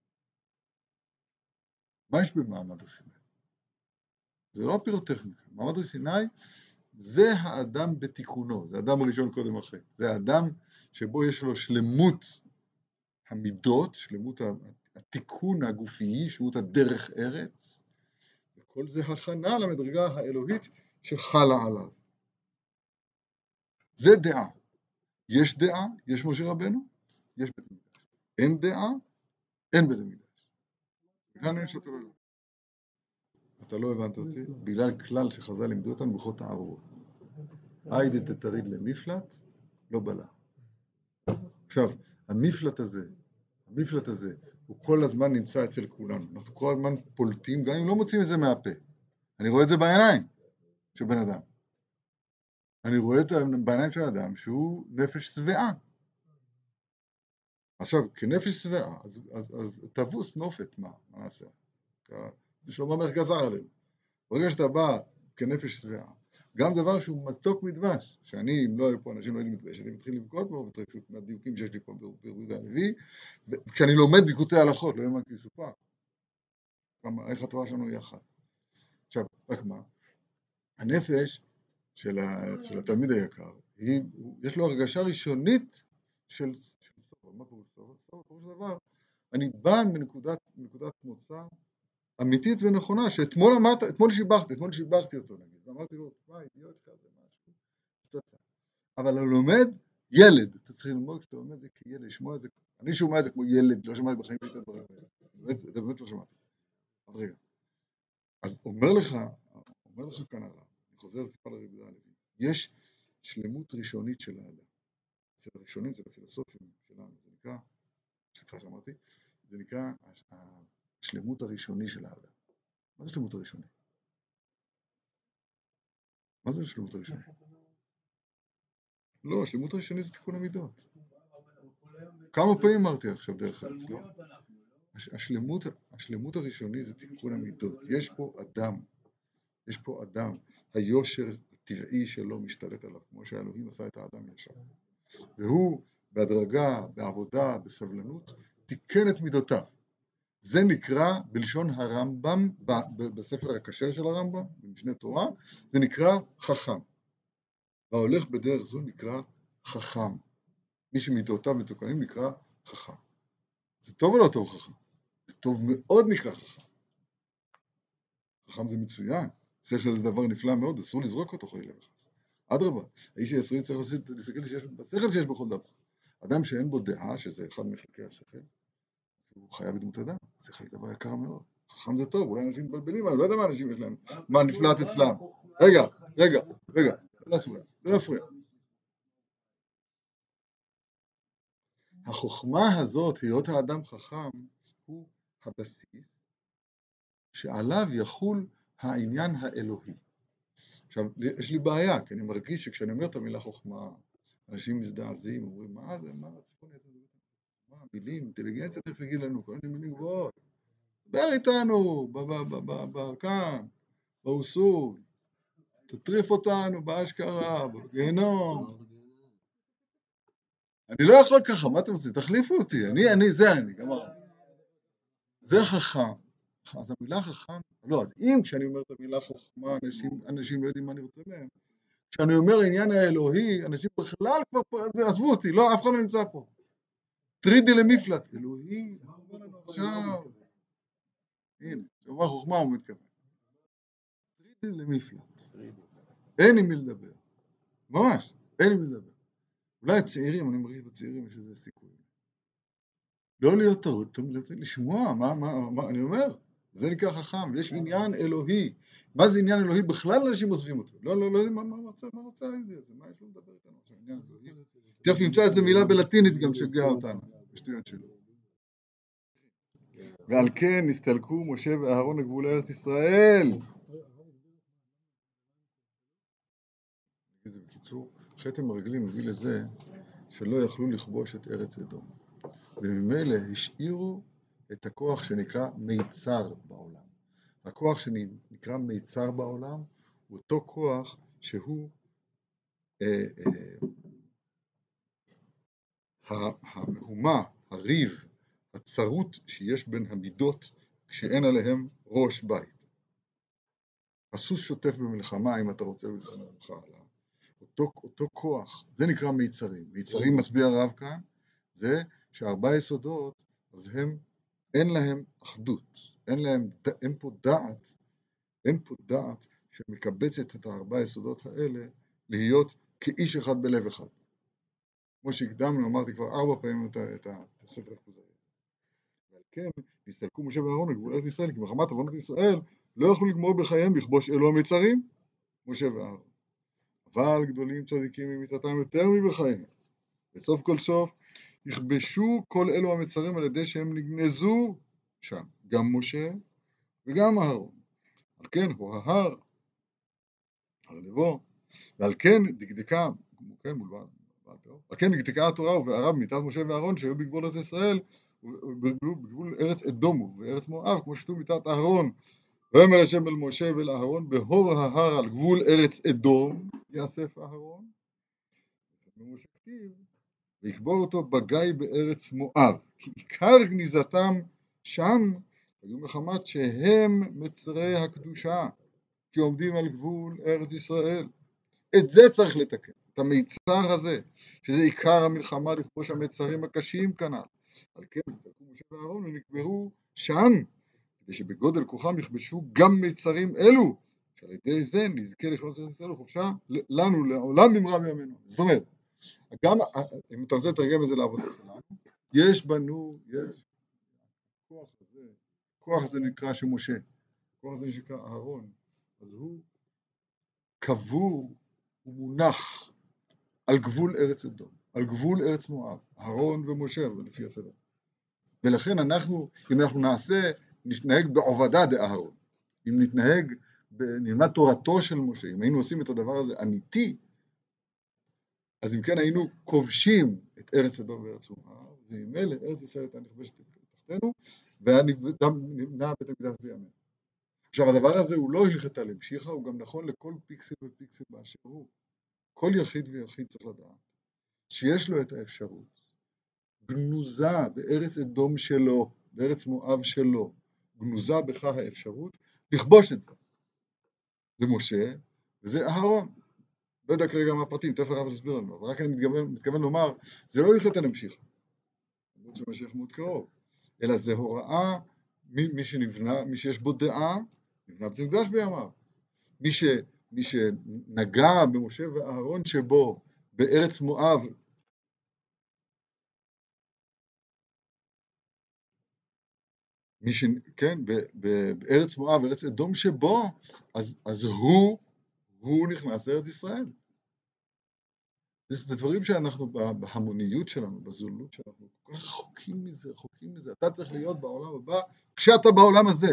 מה יש במעמד הר סיני? זה לא פירוטכניקה. מעמד הר סיני זה האדם בתיקונו, זה האדם הראשון קודם אחרי. זה האדם שבו יש לו שלמות המידות, שלמות התיקון הגופי, שלמות הדרך ארץ, וכל זה הכנה למדרגה האלוהית שחלה עליו. זה דעה. יש דעה, יש משה רבנו, יש בית המקדש. אין דעה, אין בית המקדש. וכאן יש שאתה לא יודע. אתה לא הבנת אותי, בגלל כלל שחז"ל לימדו אותנו בכל תערובות. היידה תתריד למפלט, לא בלה. עכשיו, המפלט הזה, המפלט הזה, הוא כל הזמן נמצא אצל כולנו. אנחנו כל הזמן פולטים, גם אם לא מוצאים את זה מהפה. אני רואה את זה בעיניים של בן אדם. אני רואה את זה בעיניים של אדם שהוא נפש שבעה. עכשיו, כנפש שבעה, אז, אז, אז תבוס נופת, מה, מה נעשה? זה שלמה המלך גזר עלינו. ברגע שאתה בא כנפש שבעה, גם דבר שהוא מתוק מדבש, שאני, אם לא היו פה אנשים לא הייתי מתבייש, אני מתחיל לבכות בו, ותרקשות מהדיוקים שיש לי פה ביהודה הלוי, וכשאני לומד דיקוטי הלכות, לא יאמן כי יסופר. כמה, איך התורה שלנו היא אחת. עכשיו, רק מה? הנפש של, ה, של התלמיד היקר, היא, יש לו הרגשה ראשונית של, של סוף. מה פירוש סוף? סוף, פירוש דבר, אני בא מנקודת, מנקודת מוצא אמיתית ונכונה, שאתמול אמרת, אתמול שיבחתי, אתמול שיבחתי אותו נגיד, ואמרתי לו, מה, אידיוט כזה, משהו, פצצה. אבל הוא לומד ילד, אתה צריך ללמוד כשאתה לומד את זה כילד, לשמוע את זה, אני שומע את זה כמו ילד, לא שמעתי בחיים את הדברים האלה, זה באמת לא שמעתי. אבל רגע, אז אומר לך, אומר לך כאן הרב, אני חוזר טיפה לרבי יהודה הלוי, יש שלמות ראשונית של האדם. אצל הראשונים, אצל הפילוסופים שלנו, זה נקרא, סליחה שאמרתי, זה נקרא השלמות הראשוני של האדם. מה זה שלמות הראשוני? מה זה השלמות הראשוני? לא, השלמות הראשוני זה תיקון המידות. כמה פעמים אמרתי עכשיו דרך ארץ, לא? השלמות, השלמות הראשוני זה תיקון המידות. יש פה אדם, יש פה אדם, היושר הטבעי שלו משתלט עליו, כמו שהאלוהים עשה את האדם ישר. והוא בהדרגה, בעבודה, בסבלנות, תיקן את מידותיו. זה נקרא בלשון הרמב"ם, בספר הכשר של הרמב"ם, במשנה תורה, זה נקרא חכם. וההולך בדרך זו נקרא חכם. מי שמידותיו מתוקנים נקרא חכם. זה טוב או לא טוב חכם? זה טוב מאוד נקרא חכם. חכם זה מצוין. שכל זה דבר נפלא מאוד, אסור לזרוק אותו חלילה וחס. אדרבה, האיש הישראלי צריך להסתכל בשכל שיש בכל דבר. אדם שאין בו דעה, שזה אחד מחלקי השכל, הוא חיה בדמות אדם. שכל זה דבר יקר מאוד. חכם זה טוב, אולי אנשים מתבלבלים, אני לא יודע מה אנשים יש להם, מה נפלט אצלם. רגע, רגע, רגע, לא להפריע, לא להפריע. החוכמה הזאת, היות האדם חכם, הוא הבסיס שעליו יחול העניין האלוהי. עכשיו, יש לי בעיה, כי אני מרגיש שכשאני אומר את המילה חוכמה, אנשים מזדעזעים, אומרים, מה זה, מה הציפון הזה? מה, מילים, אינטליגנציה, תכף יגיד לנו, כל מיני מילים גבוהות. דבר איתנו, כאן, באוסול, תטריף אותנו באשכרה, בגיהנום. אני לא יכול ככה, מה אתם רוצים? תחליפו אותי, אני, אני, זה אני, גמר. זה חכם. אז המילה חכם, לא, אז אם כשאני אומר את המילה חוכמה, אנשים, אנשים לא יודעים מה אני רוצה מהם. כשאני אומר העניין האלוהי, אנשים בכלל כבר פה, עזבו אותי, לא, אף אחד לא נמצא פה. טרידי למפלט, אלוהי, עכשיו. הנה, כשאומר חוכמה הוא מתכוון. טרידי למפלט. אין עם מי לדבר. ממש, אין עם מי לדבר. אולי הצעירים, אני מרגיש בצעירים, יש איזה סיכוי. לא להיות טעות, לשמוע, מה, מה, מה, אני אומר, זה נקרא חכם, יש עניין אלוהי. מה זה עניין אלוהי? בכלל אנשים עוזבים אותו. לא, לא, לא יודעים מה, מה רוצה, מה רוצה להגיד את זה, מה יש לו לדבר איתנו עכשיו, עניין אלוהי. תכף נמצא איזו מילה בלטינית גם שגעה אותנו, בשטויות שלו. ועל כן נסתלקו משה ואהרון לגבול ארץ ישראל. זה בקיצור, חטא המרגלים מביא לזה שלא יכלו לכבוש את ארץ אדום. וממילא השאירו את הכוח שנקרא מיצר בעולם. הכוח שנקרא מיצר בעולם הוא אותו כוח שהוא אה, אה, המהומה, הריב, הצרות שיש בין המידות כשאין עליהם ראש בית. הסוס שוטף במלחמה אם אתה רוצה לסנר לך עליו. אותו, אותו כוח, זה נקרא מיצרים. מיצרים מסביר הרב כאן, זה שארבע יסודות, אז הם, אין להם אחדות, אין להם, אין פה דעת, אין פה דעת שמקבצת את הארבע יסודות האלה להיות כאיש אחד בלב אחד. כמו שהקדמנו, אמרתי כבר ארבע פעמים את, את, את הספר הכוזרי. ועל כן, נסתלקו משה ואהרון לגבול ארץ ישראל, כי מחמת עוונות ישראל לא יכלו לגמור בחייהם לכבוש אלו המצרים, משה ואהרון. אבל גדולים צדיקים ממיתתם יותר מבחייהם. בסוף כל סוף, יכבשו כל אלו המצרים על ידי שהם נגנזו שם, גם משה וגם אהרון. על כן הוא ההר, הר נבו, ועל כן דקדקה, כן, מולבן, על כן דקדקה התורה ובערב מיתת משה ואהרון שהיו בגבול ארץ ישראל, בגבול ארץ אדום ובארץ מואב, כמו שכתוב מיתת אהרון, ואומר השם אל משה ואל אהרון, בהור ההר על גבול ארץ אדום יאסף אהרון, ומשה כתיב, ויקבור אותו בגיא בארץ מואב, כי עיקר גניזתם שם היו מחמת שהם מצרי הקדושה, כי עומדים על גבול ארץ ישראל. את זה צריך לתקן, את המיצר הזה, שזה עיקר המלחמה לכבוש המצרים הקשים כנ"ל. על כן הסתלקו משה ואהרון ונקברו שם, כדי שבגודל כוחם יכבשו גם מיצרים אלו, שעל ידי זה נזכה לכנוס ארץ ישראל לחופשה לנו לעולם במהרה בימינו. זאת אומרת, גם אם אתה רוצה לתרגם את זה לעבודה שלנו, יש בנו, יש כוח הזה, כוח הזה נקרא שמשה, כוח הזה נקרא אהרון, אז הוא קבור, הוא מונח על גבול ארץ אדום, על גבול ארץ מואב, אהרון ומשה, לפי הסדר. ולכן אנחנו, אם אנחנו נעשה, נתנהג בעובדה דאהרון, אם נתנהג, נלמד תורתו של משה, אם היינו עושים את הדבר הזה אמיתי, אז אם כן היינו כובשים את ארץ אדום וארץ מואב, ועם אלה ארץ ישראל הייתה נכבשת תחתנו, ונמנע בית המקדש בימינו. עכשיו הדבר הזה הוא לא הלכתה להמשיכה, הוא גם נכון לכל פיקסל ופיקסל באשר הוא. כל יחיד ויחיד צריך לדעת שיש לו את האפשרות, גנוזה בארץ אדום שלו, בארץ מואב שלו, גנוזה בך האפשרות לכבוש את זה. זה משה וזה אהרון. לא יודע כרגע מה הפרטים, תכף הרב יסביר לנו, אבל רק אני מתכוון, מתכוון לומר, זה לא הלכתה להמשיכה, למרות שמשיח מאוד קרוב, אלא זה הוראה, מי, מי שנבנה, מי שיש בו דעה, נבנה בית המקדש בימיו. מי, ש, מי שנגע במשה ואהרון שבו בארץ מואב, מי ש... כן, ב, ב, בארץ מואב, בארץ אדום שבו, אז, אז הוא, הוא נכנס לארץ ישראל. זה דברים שאנחנו בהמוניות שלנו, בזולות שלנו, כל כך רחוקים מזה, רחוקים מזה. אתה צריך להיות בעולם הבא כשאתה בעולם הזה.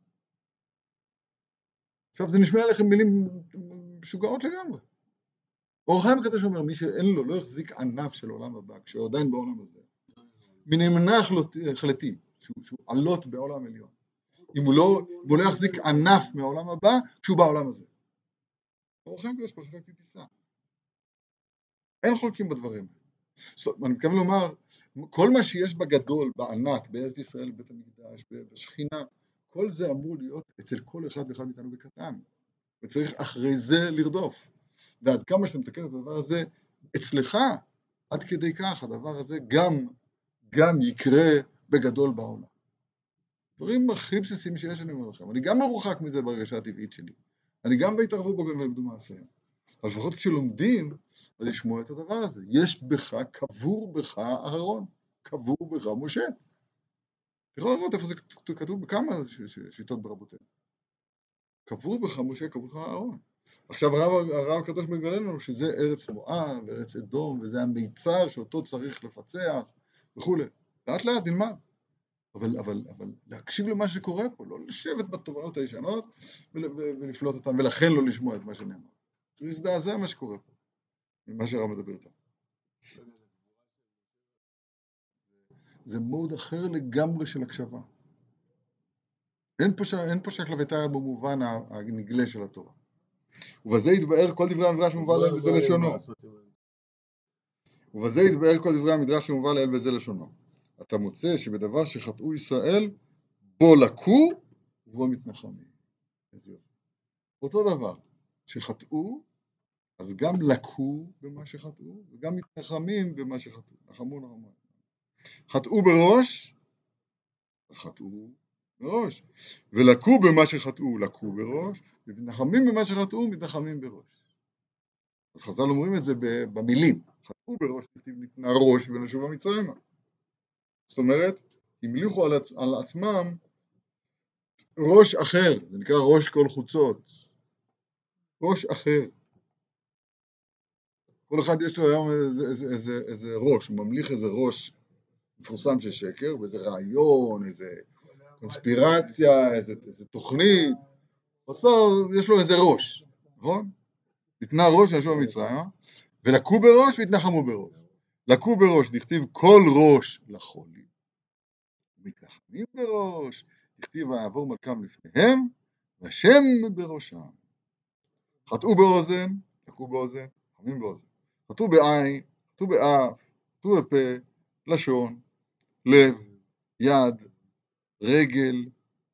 עכשיו זה נשמע לכם מילים משוגעות לגמרי. אור החיים הקדוש אומר, מי שאין לו, לא יחזיק ענף של עולם הבא, כשהוא עדיין בעולם הזה. מנמנע החלטי, שהוא, שהוא עלות בעולם עליון. אם הוא לא, אם הוא לא יחזיק ענף מהעולם הבא, כשהוא בעולם הזה. אור החיים הקדוש פרשת תיסע. אין חולקים בדברים. אני מתכוון לומר, כל מה שיש בגדול, בענק, בארץ ישראל, בבית המקדש, בשכינה, כל זה אמור להיות אצל כל אחד ואחד מאיתנו בקטן. וצריך אחרי זה לרדוף. ועד כמה שאתה מתקן את הדבר הזה, אצלך, עד כדי כך, הדבר הזה גם, גם יקרה בגדול בעולם. דברים הכי בסיסיים שיש, אני אומר לכם. אני גם מרוחק מזה ברגשה הטבעית שלי. אני גם בהתערבו בו ולמדו מעשיהם. אבל לפחות כשלומדים, אז לשמוע את הדבר הזה. יש בך, קבור בך אהרון, קבור בך משה. אתה יכול לראות איפה זה כתוב בכמה שיטות ברבותינו. קבור בך משה, קבור בך אהרון. עכשיו הרב, הרב הקדוש מגלה לנו שזה ארץ מואב, וארץ אדום, וזה המיצר שאותו צריך לפצח וכו'. לאט לאט נלמד. אבל, אבל, אבל להקשיב למה שקורה פה, לא לשבת בתובנות הישנות ולפלוט אותן, ולכן לא לשמוע את מה שנאמר. זה מה שקורה פה, ממה שהרב מדבר איתם. זה מוד אחר לגמרי של הקשבה. אין פה, ש... אין פה שהקלוותה במובן הנגלה של התורה. ובזה יתבאר כל דברי המדרש שמובא לאל בזה לשונו. ובזה יתבאר כל דברי המדרש שמובא לאל בזה לשונו. אתה מוצא שבדבר שחטאו ישראל, בו לקו ובו מתנחמים. אותו דבר, שחטאו, אז גם לקו במה שחטאו, וגם מתנחמים במה שחטאו. נחמו נחמו. חטאו בראש, אז חטאו בראש. ולקו במה שחטאו, לקו בראש, ומתנחמים במה שחטאו, מתנחמים בראש. אז חז"ל אומרים את זה במילים. חטאו בראש, נתנה ראש ונשוב המצרימה. זאת אומרת, המליכו על, עצ... על עצמם ראש אחר, זה נקרא ראש כל חוצות. ראש אחר. כל אחד יש לו היום איזה, איזה, איזה, איזה ראש, הוא ממליך איזה ראש מפורסם של שקר, ואיזה רעיון, איזה קונספירציה, איזה, איזה תוכנית, בסוף יש לו איזה ראש, נכון? נתנה ראש נשוב המצרימה, ולקו בראש והתנחמו בראש. לקו בראש, דכתיב כל ראש לחולי, מתנחמים בראש, דכתיב ויעבור מלכם לפניהם, והשם בראשם. חטאו באוזן, לקו באוזן, מתנחמים באוזן. חטאו בעין, חטאו באף, חטאו בפה, לשון, לב, יד, רגל,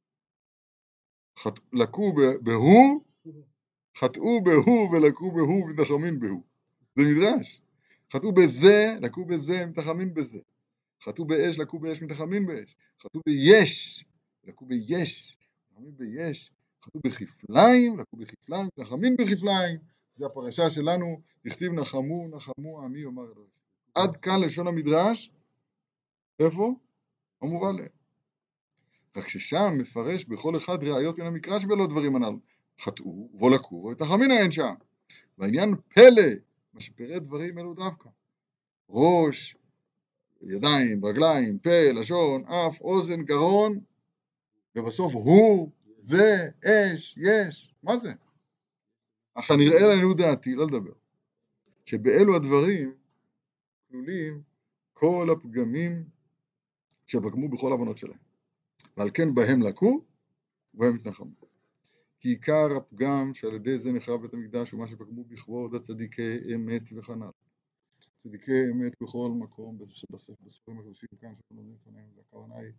לקו בהו, חטאו בהו ולקו בהו מתחמין בהו. זה מדרש. חטאו בזה, לקו בזה, מתחמין בזה. חטאו באש, לקו באש, מתחמין באש. חטאו ביש, לקו ביש, מתחמין ביש. חטאו בכפליים, לקו בכפליים, מתחמין בכפליים. זה הפרשה שלנו, לכתיב נחמו, נחמו, עמי יאמר אלוהים. עד כאן לשון המדרש, איפה? המובן להם. רק ששם מפרש בכל אחד ראיות מן המקרא שבלא דברים הנ"ל. חטאו, ובו לקו, ותחמין אין שם. והעניין פלא, מה שפירט דברים אלו דווקא. ראש, ידיים, רגליים, פה, לשון, אף, אוזן, גרון, ובסוף הוא, זה, אש, יש. מה זה? אך הנראה לעניות דעתי, לא לדבר, שבאלו הדברים כלולים כל הפגמים שפגמו בכל הבנות שלהם. ועל כן בהם לקו ובהם התנחמו. כי עיקר הפגם שעל ידי זה נחרב בית המקדש הוא מה שפגמו בכבוד הצדיקי אמת וכנ"ל. צדיקי אמת בכל מקום, בספרים הקדושים כאן שאנחנו לומדים לפניהם, הכוונה היא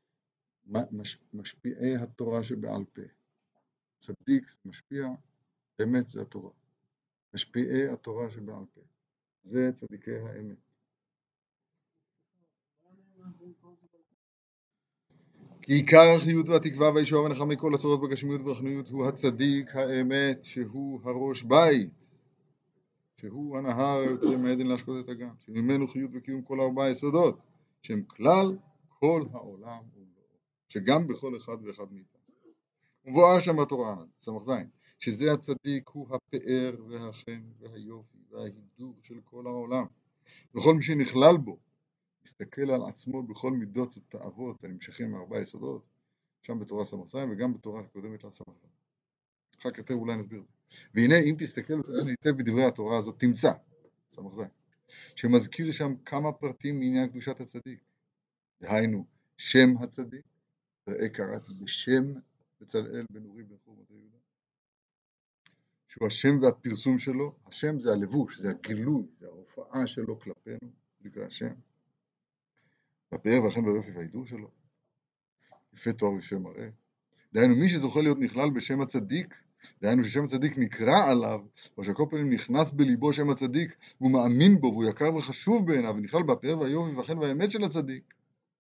משפיעי התורה שבעל פה. צדיק משפיע, אמת זה התורה. משפיעי התורה שבעל פה. זה צדיקי האמת. כי עיקר החיות והתקווה והישועה והנחמה מכל הצורות בגשמיות וברוחניות הוא הצדיק האמת שהוא הראש בית, שהוא הנהר היוצא מעדן להשקות את אגם, שממנו חיות וקיום כל ארבע יסודות, שהם כלל כל העולם ומלואו, שגם בכל אחד ואחד מאיתנו. ומבואר שם בתורה, סמך זין, שזה הצדיק הוא הפאר והחן והיופי וההידור של כל העולם, וכל מי שנכלל בו מסתכל על עצמו בכל מידות התאוות הנמשכים מארבע יסודות, שם בתורה סמך זין וגם בתורה הקודמת לסמך זין. אחר כך אולי נסביר. והנה אם תסתכל היטב בדברי התורה הזאת תמצא, סמך זין, שמזכיר שם כמה פרטים מעניין קדושת הצדיק. דהיינו, שם הצדיק, ראה קראתי בשם בצלאל בן אורי בן חור מטה יהודה, שהוא השם והפרסום שלו. השם זה הלבוש, זה הגילוי, זה ההופעה שלו כלפינו, נקרא השם. והפאר והחן והיופי וההידור שלו, יפה תואר ושם מראה. דהיינו, מי שזוכה להיות נכלל בשם הצדיק, דהיינו ששם הצדיק נקרא עליו, או שכל פעמים נכנס בליבו שם הצדיק, והוא מאמין בו, והוא יקר וחשוב בעיניו, ונכלל בפאר והיופי והחן והאמת של הצדיק,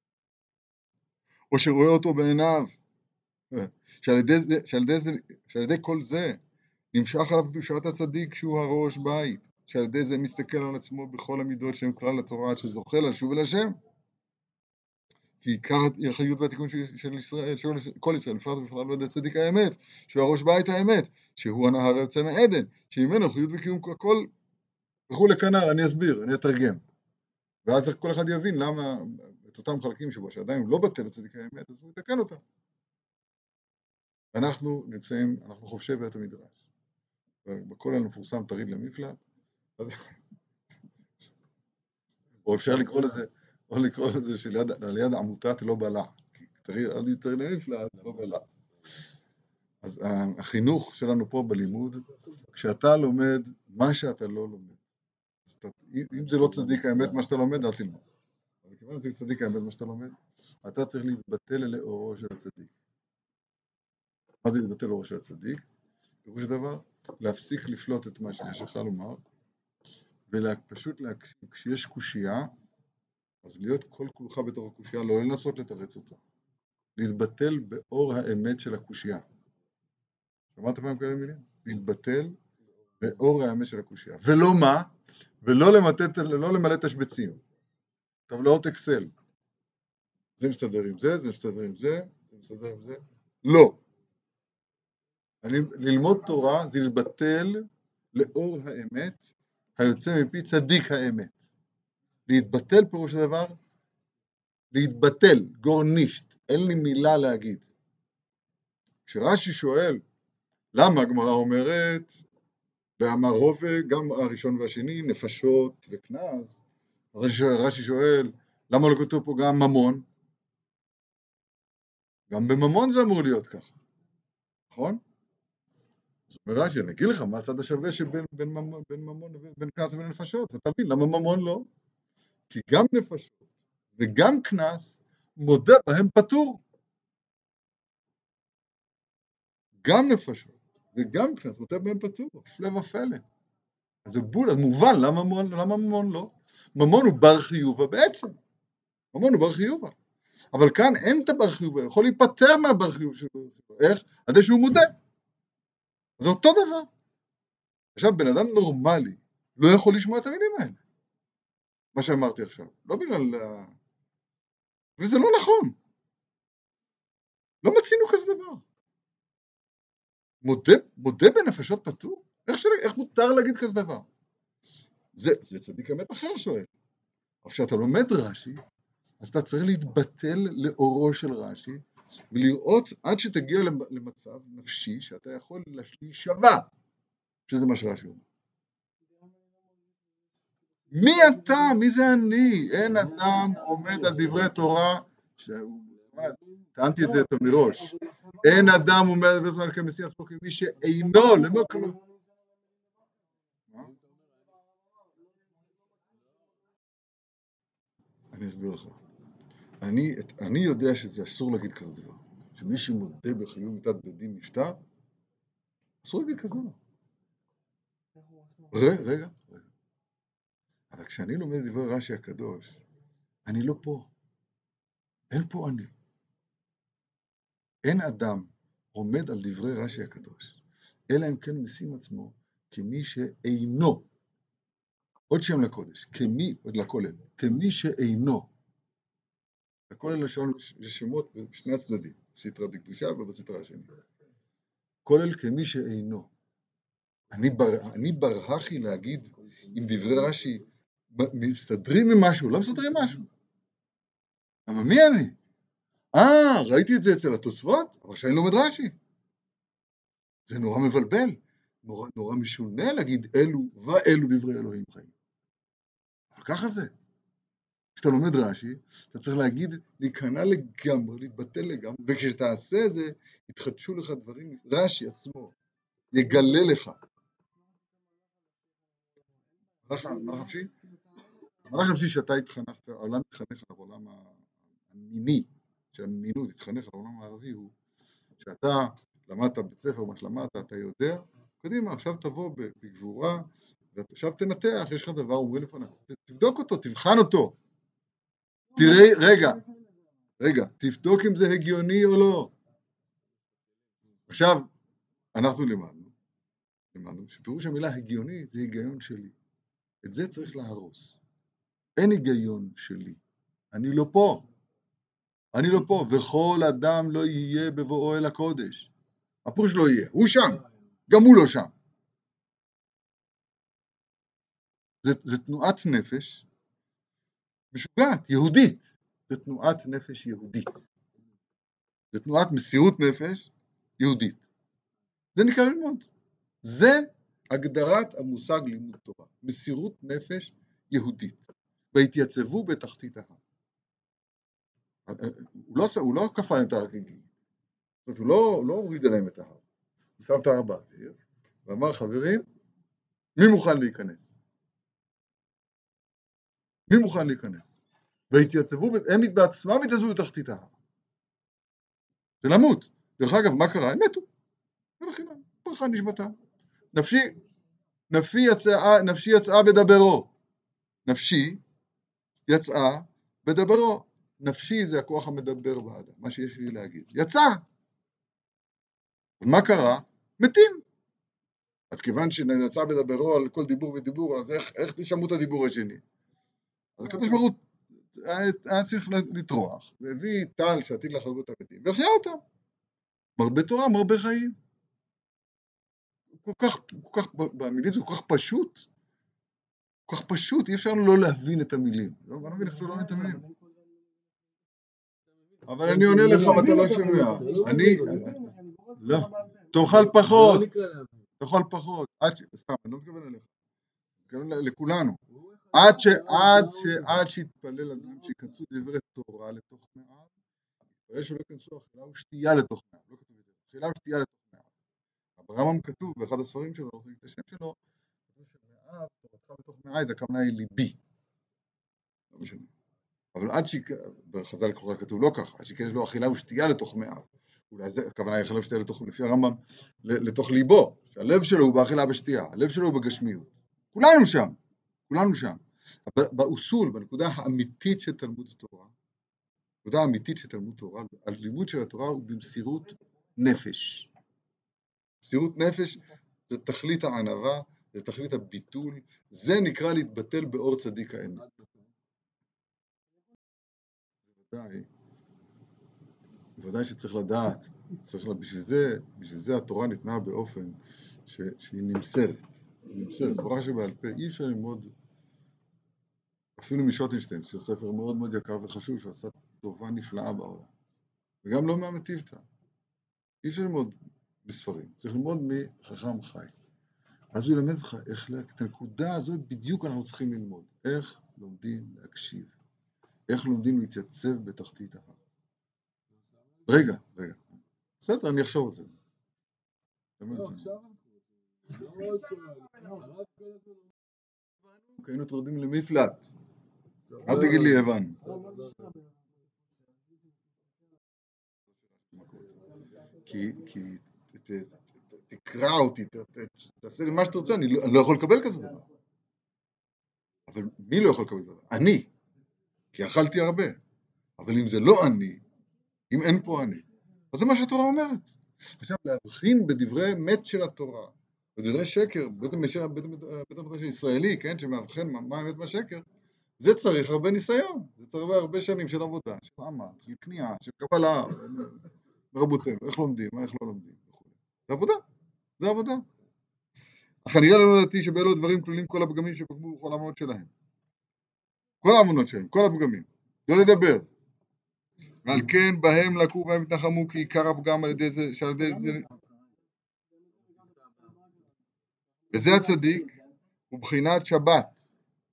או שרואה אותו בעיניו, שעל ידי, זה, שעל ידי, זה, שעל ידי כל זה נמשך עליו קדושת הצדיק שהוא הראש בית, שעל ידי זה מסתכל על עצמו בכל המידות שהם כלל התורה, שזוכה לשוב אל השם. כי עיקר החיות והתיקון של ישראל, של כל ישראל, בפרט ובכלל לא ידי צדיק האמת, שהוא הראש בית האמת, שהוא הנהר היוצא מעדן, שממנו חיות וקיום הכל וכו' לכנ"ל. אני אסביר, אני אתרגם. ואז כל אחד יבין למה את אותם חלקים שבו, שעדיין לא בטל לצדיק האמת, אז הוא יתקן אותם. אנחנו נמצאים, אנחנו חובשי בית המדרש. בכל המפורסם תריד למפלט, אז... או אפשר לקרוא לזה, או לקרוא לזה שליד עמותת לא בלע. תריד למפלט, לא בלע. אז החינוך שלנו פה בלימוד, כשאתה לומד מה שאתה לא לומד, אתה, אם זה לא צדיק האמת מה שאתה לומד, אל תלמד. אבל כיוון שזה צדיק האמת מה שאתה לומד, אתה צריך להתבטל לאורו של הצדיק. מה זה להתבטל לאורו של הצדיק? פירוש דבר, להפסיק לפלוט את מה שיש לך לומר, ופשוט להקשיב, כשיש קושייה, אז להיות כל כולך בתור הקושייה, לא לנסות לתרץ אותה. להתבטל באור האמת של הקושייה. שמעת פעם כאלה מילים? להתבטל באור האמת של הקושייה. ולא מה? ולא למתת, לא למלא תשבצים. טבלאות אקסל. זה מסתדר עם זה, זה מסתדר עם זה, זה מסתדר עם זה. לא. אני, ללמוד תורה זה להתבטל לאור האמת, היוצא מפי צדיק האמת. להתבטל פירוש הדבר, להתבטל, גורנישט, אין לי מילה להגיד. כשרש"י שואל, למה הגמרא אומרת, ואמר הווה, גם הראשון והשני, נפשות וכנז, רש"י שואל, למה לא כתוב פה גם ממון? גם בממון זה אמור להיות ככה, נכון? זאת אומרת רש"י, אני אגיד לך מה הצד השווה שבין בין ממון, בין ממון, בין כנז ובין נפשות, אתה מבין, למה ממון לא? כי גם נפשות וגם כנז מודה בהם פטור. גם נפשות, וגם מבחינת מוטה בהם פטור, הפלא ופלא. אז זה בול, אז מובן, למה ממון, למה ממון לא? ממון הוא בר חיובה בעצם. ממון הוא בר חיובה. אבל כאן אין את הבר חיובה, יכול להיפטר מהבר חיובה של בר חיובה. איך? עד שהוא מודה. זה אותו דבר. עכשיו, בן אדם נורמלי לא יכול לשמוע את המילים האלה. מה שאמרתי עכשיו. לא בגלל... וזה לא נכון. לא מצינו כזה דבר. מודה, מודה בנפשות פטור? איך, של... איך מותר להגיד כזה דבר? זה, זה צדיק אמת אחר שואל. אבל כשאתה לומד רש"י, אז אתה צריך להתבטל לאורו של רש"י, ולראות עד שתגיע למצב נפשי, שאתה יכול להישבע, שזה מה שרש"י אומר. מי אתה? מי זה אני? אין אדם עומד על דברי תורה, טענתי את זה יותר מראש, אין אדם עומד על דברי תורה כמסיר עצמו כמי שאינו, למה כלום? אני אסביר לך. אני, אני יודע שזה אסור להגיד כזה דבר. שמי שמודה בחיוב מיתת בדין נפטר, אסור להגיד כזה דבר. רגע, רגע. אבל כשאני לומד דברי רש"י הקדוש, אני לא פה. אין פה אני. אין אדם עומד על דברי רש"י הקדוש, אלא אם כן משים עצמו כמי שאינו, עוד שם לקודש, כמי, עוד לכולל, כמי שאינו. הכולל לשון שמות בשני הצדדים, בסתרא דקדושה ובסתרא השני. כולל כמי שאינו. אני, בר, אני ברהכי להגיד עם דברי רש"י, מסתדרים ממשהו, לא מסתדרים משהו. אבל מי אני? אה, ראיתי את זה אצל התוספות, אבל שאני לומד רש"י. זה נורא מבלבל, נורא, נורא משונה להגיד אלו ואלו דברי אלוהים חיים. אבל ככה זה. כשאתה לומד רש"י, אתה צריך להגיד, להיכנע לגמרי, להתבטל לגמרי, וכשתעשה זה, יתחדשו לך דברים, רש"י עצמו, יגלה לך. מה חפשי? מה חפשי שאתה התחנכת, העולם התחנך על העולם המיני, שהמינות התחנך על העולם הערבי, הוא שאתה למדת בית ספר, מה שלמדת, אתה יודע, קדימה, עכשיו תבוא בגבורה, ועכשיו תנתח, יש לך דבר, אומרים לפניו, תבדוק אותו, תבחן אותו. תראה, רגע, רגע, תבדוק אם זה הגיוני או לא. עכשיו, אנחנו למדנו, למדנו שפירוש המילה הגיוני זה היגיון שלי. את זה צריך להרוס. אין היגיון שלי. אני לא פה. אני לא פה, וכל אדם לא יהיה בבואו אל הקודש. הפירוש לא יהיה, הוא שם, גם הוא לא שם. זה, זה תנועת נפש משוגעת, יהודית. זה תנועת נפש יהודית. זה תנועת מסירות נפש יהודית. זה נקרא ללמוד. זה הגדרת המושג לימוד תורה. מסירות נפש יהודית. והתייצבו בתחתית ההר. הוא לא, הוא לא כפה להם את ההר כגיל. זאת אומרת, הוא לא, לא הוריד עליהם את ההר. הוא שם את ההר באוויר, ואמר, חברים, מי מוכן להיכנס? מי מוכן להיכנס? והתייצבו, הם בעצמם התייצבו בתחתית ההר. ולמות. דרך אגב, מה קרה? הם מתו. ולחינם, ברכה נשמתה. נפשי, נפשי יצאה, נפשי יצאה בדברו. נפשי יצאה בדברו. נפשי זה הכוח המדבר באדם, מה שיש לי להגיד. יצא. ומה קרה? מתים. אז כיוון שיצא בדברו על כל דיבור ודיבור, אז איך, איך תשמעו את הדיבור השני? אז הקדוש ברוך הוא היה צריך לטרוח, והביא טל שעתיד לחלבות המתים, והחיה אותם. מרבה תורה, מרבה חיים. כל כך, כל כך, במילים זה כל כך פשוט. כל כך פשוט, אי אפשר לא להבין את המילים. לא, אני לא מבין איך שלא להבין את המילים. אבל אני עונה לך ואתה לא שומע. אני, לא, תאכל פחות. תאכל פחות. סתם, אני לא מתכוון אליך. מתכוון לכולנו. עד ש, עד ש, עד שיתפלל אדם שיכנסו דברי תורה לתוך מעיו, יתפלל שלא יכנסו אכילה ושתייה לתוך מעיו. לא כתוב את זה. אכילה ושתייה לתוך מעיו. ברמב"ם כתוב באחד הספרים שלו, לא רוצה את השם שלו, כתוב שמעיו, תורתך בתוך מעיי, זה הכוונה היא ליבי. לא משנה. אבל עד ש... בחז"ל ככה כתוב לא ככה, עד שכן יש לו אכילה ושתייה לתוך מעיו. אולי זה, הכוונה היא חלב שתהיה לתוך, לפי הרמב"ם, לתוך ליבו, שהלב שלו הוא באכילה בשתייה, הלב שלו הוא בגשמיות. כולנו שם, כולנו שם. באוסול, בנקודה האמיתית של תלמוד תורה, הנקודה האמיתית של תלמוד תורה, הלימוד של התורה הוא במסירות נפש. מסירות נפש זה תכלית הענווה, זה תכלית הביטול, זה נקרא להתבטל באור צדיק האמת. ודאי, ודאי שצריך לדעת, צריך, בשביל זה, בשביל זה התורה ניתנה באופן ש, שהיא נמסרת, היא נמסרת. תורה שבעל פה אי אפשר ללמוד, אפילו משוטנשטיין, שהוא ספר מאוד מאוד יקר וחשוב, שעשה טובה נפלאה בעולם, וגם לא מהמטיבתא. אי אפשר ללמוד בספרים, צריך ללמוד מחכם חי. אז הוא ילמד לך איך, את הנקודה הזאת בדיוק אנחנו צריכים ללמוד. איך לומדים להקשיב, איך לומדים להתייצב בתחתית ההר. רגע, רגע. בסדר, אני אחשוב על זה. לא, עכשיו היינו תורדים למפלט. אל תגיד לי הבנו. כי תקרא אותי, תעשה לי מה שאתה רוצה, אני לא יכול לקבל כזה דבר. אבל מי לא יכול לקבל כזה דבר? אני. כי אכלתי הרבה. אבל אם זה לא אני, אם אין פה אני, אז זה מה שהתורה אומרת. עכשיו, להבחין בדברי אמת של התורה, בדברי שקר, בית המשפט הישראלי, כן, שמאבחן מה האמת מהשקר, זה צריך הרבה ניסיון, זה צריך הרבה שנים של עבודה, של עמל, של קנייה, של קבלה, מרבותינו, איך לומדים, מה איך לא לומדים, וכו'. זה עבודה, זה עבודה. אך אני לא לדעתי שבאלו הדברים כלולים כל הפגמים שפגמו בכל האמונות שלהם. כל האמונות שלהם, כל הפגמים. לא לדבר. ועל כן בהם לקו ובהם התנחמו, כי עיקר הפגם על ידי זה, שעל ידי זה... וזה הצדיק, הוא בחינת שבת.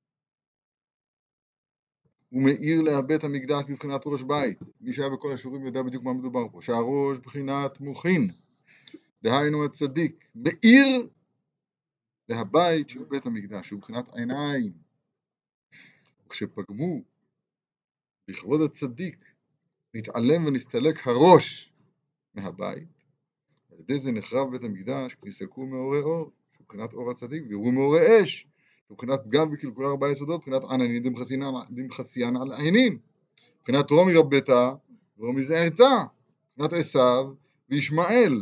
הוא מאיר להבית המקדש בבחינת ראש בית. מי שהיה בכל השיעורים יודע בדיוק מה מדובר פה. שהראש בחינת מוכין, דהיינו הצדיק, מאיר להבית שהוא בית המקדש, שהוא בחינת עיניים. וכשפגמו בכבוד הצדיק, נתעלם ונסתלק הראש מהבית, על ידי זה נחרב בית המקדש, כי נסתלקו מאורי אור, שהוא בחינת אור הצדיק, והוא מאורי אש, שהוא בחינת פגם וקלקול ארבעה יסודות, בחינת עננים דמחסיין על עינים, בחינת רומי רבתה ורומי זערתה, בחינת עשיו וישמעאל.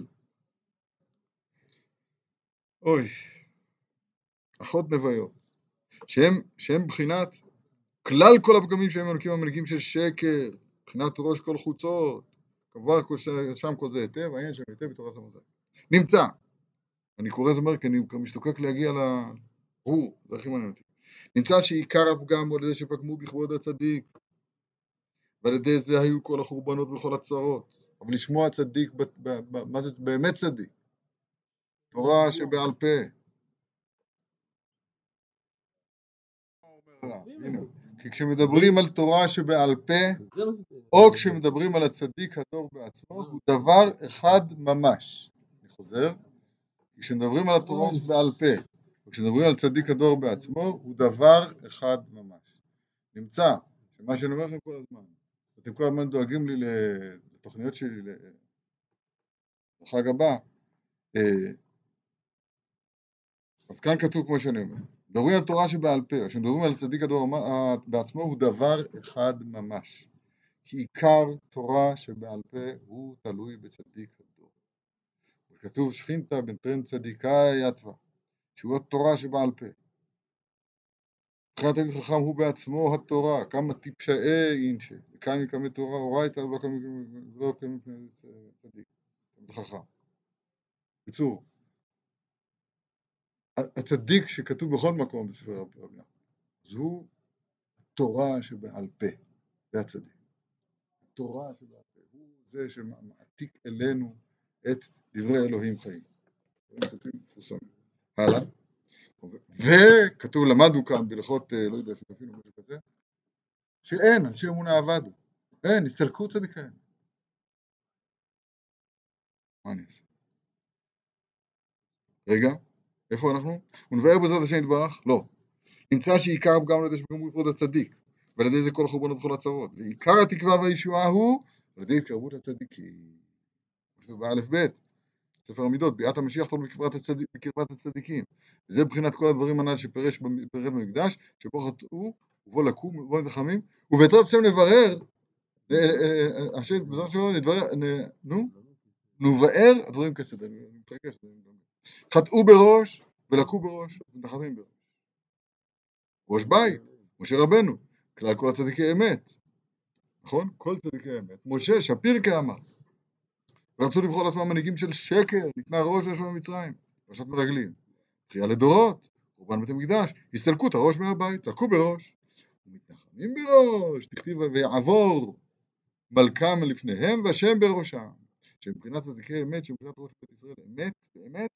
אוי, אחות נוויות, שהם, שהם בחינת כלל כל הפגמים שהם מנקים המנקים של שקר, בחינת ראש כל חוצות, כבר שם כל זה היטב, העניין שם היטב בתורת המזל. נמצא, אני קורא זאת אומר, כי אני משתוקק להגיע ל... הוא, זה הכי מעניין אותי. נמצא שעיקר הפגם הוא על ידי שפגמו בכבוד הצדיק, ועל ידי זה היו כל החורבנות וכל הצרות. אבל לשמוע צדיק, ב, ב, ב, מה זה באמת צדיק? תורה שבעל פה. הנה, כי כשמדברים על תורה שבעל פה, או כשמדברים על הצדיק הדור בעצמו, הוא דבר אחד ממש. אני חוזר, כשמדברים על התורה שבעל פה, וכשמדברים על צדיק הדור בעצמו, הוא דבר אחד ממש. נמצא, שמה שאני אומר לכם כל הזמן, אתם כל הזמן דואגים לי לתוכניות שלי, לחג הבא, אז כאן כתוב כמו שאני אומר, מדברים על תורה שבעל פה, או כשמדברים על צדיק הדור בעצמו, הוא דבר אחד ממש. כי עיקר תורה שבעל פה הוא תלוי בצדיק הדור. וכתוב שכינתה בין פן צדיקה יתווה, שהוא התורה שבעל פה. מבחינת תלמיד חכם הוא בעצמו התורה, כמה טיפשאי אינשה, וכמה מקמי תורה אורייתא ולא כמה מפני צדיק, תלמיד חכם. בקיצור, הצדיק שכתוב בכל מקום בספר רבי נחמן, זו תורה שבעל פה, זה הצדיק. התורה שבעל פה, הוא זה שמעתיק אלינו את דברי אלוהים חיים. זה מפורסם. הלאה. וכתוב, למדנו כאן בהלכות, לא יודע, אפילו משהו כזה, שאין, אנשי אמונה עבדו. אין, הסתלקו צדיקאים. מה אני אעשה? רגע, איפה אנחנו? ונבאר בעזרת השם יתברך? לא. נמצא שעיקר הפגם על ידי שפגמו בכבוד הצדיק, ועל ידי זה כל החורבנות וכל הצרות. ועיקר התקווה והישועה הוא על ידי התקרבות הצדיקים. כתוב באלף ב' ספר המידות, ביאת המשיח תול בקרבת, הצדיק, בקרבת הצדיקים. וזה בחינת כל הדברים הנ"ל שפירש פירט במקדש, שבו חטאו, ובו לקום, ובו מתחמים, ובעזרת השם נברר, השם, בעזרת השם נדברר, נו, נובאר הדברים כסדר, אני מתרגש. חטאו בראש, ולקו בראש, ומתחמים בראש. ראש בית, משה רבנו, כלל כל הצדיקי אמת. נכון? כל צדיקי אמת. משה, שפיר כאמת. ורצו לבחור לעצמם מנהיגים של שקר, ניתנה ראש ראשון במצרים, פרשת מרגלים. בחייה לדורות, חורבן בית המקדש, הסתלקות הראש מהבית, לקו בראש. ומתנחמים בראש, תכתיב ויעבור מלכם לפניהם והשם בראשם. שמבחינת צדיקי אמת, שמבחינת ראש בית ישראל, אמת, באמת,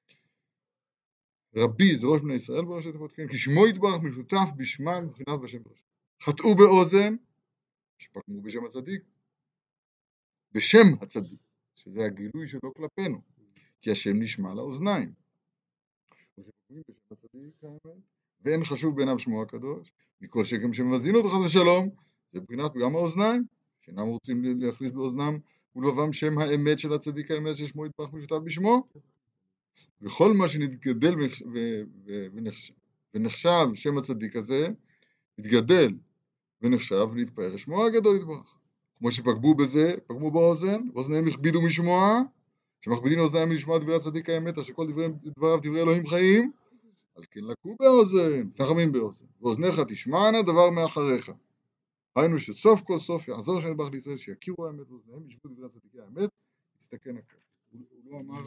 רבי זה ראש בני ישראל בראש התיבות, כן, כי שמו יתברך משותף בשמם מבחינת והשם בראשם. חטאו באוזן, שפגמו בשם הצדיק, בשם הצדיק, שזה הגילוי שלו כלפינו, כי השם נשמע לאוזניים. ואין חשוב בעיניו שמו הקדוש, מכל שכם שמזין אותו חס ושלום, זה מבחינת גם האוזניים, שאינם רוצים להכניס באוזנם ולבבם שם האמת של הצדיק האמת ששמו יתברך משותף בשמו, וכל מה שנתגדל ונחשב, ונחשב שם הצדיק הזה, התגדל ונחשב ונתפאר שמו הגדול יתברך. כמו שפגמו בזה, פגמו באוזן, ואוזניהם הכבידו משמוע, שמכבידים אוזניהם לשמוע דברי הצדיק האמת, אשר כל דבריו דברי אלוהים חיים, על כן לקו באוזן, תחמים באוזן, ואוזניך תשמענה דבר מאחריך. היינו שסוף כל סוף יעזור שם יתברך לישראל, שיכירו האמת ואוזניהם, ישמעו דברי הצדיקי האמת, יסתכן הכל. הוא לא אמר,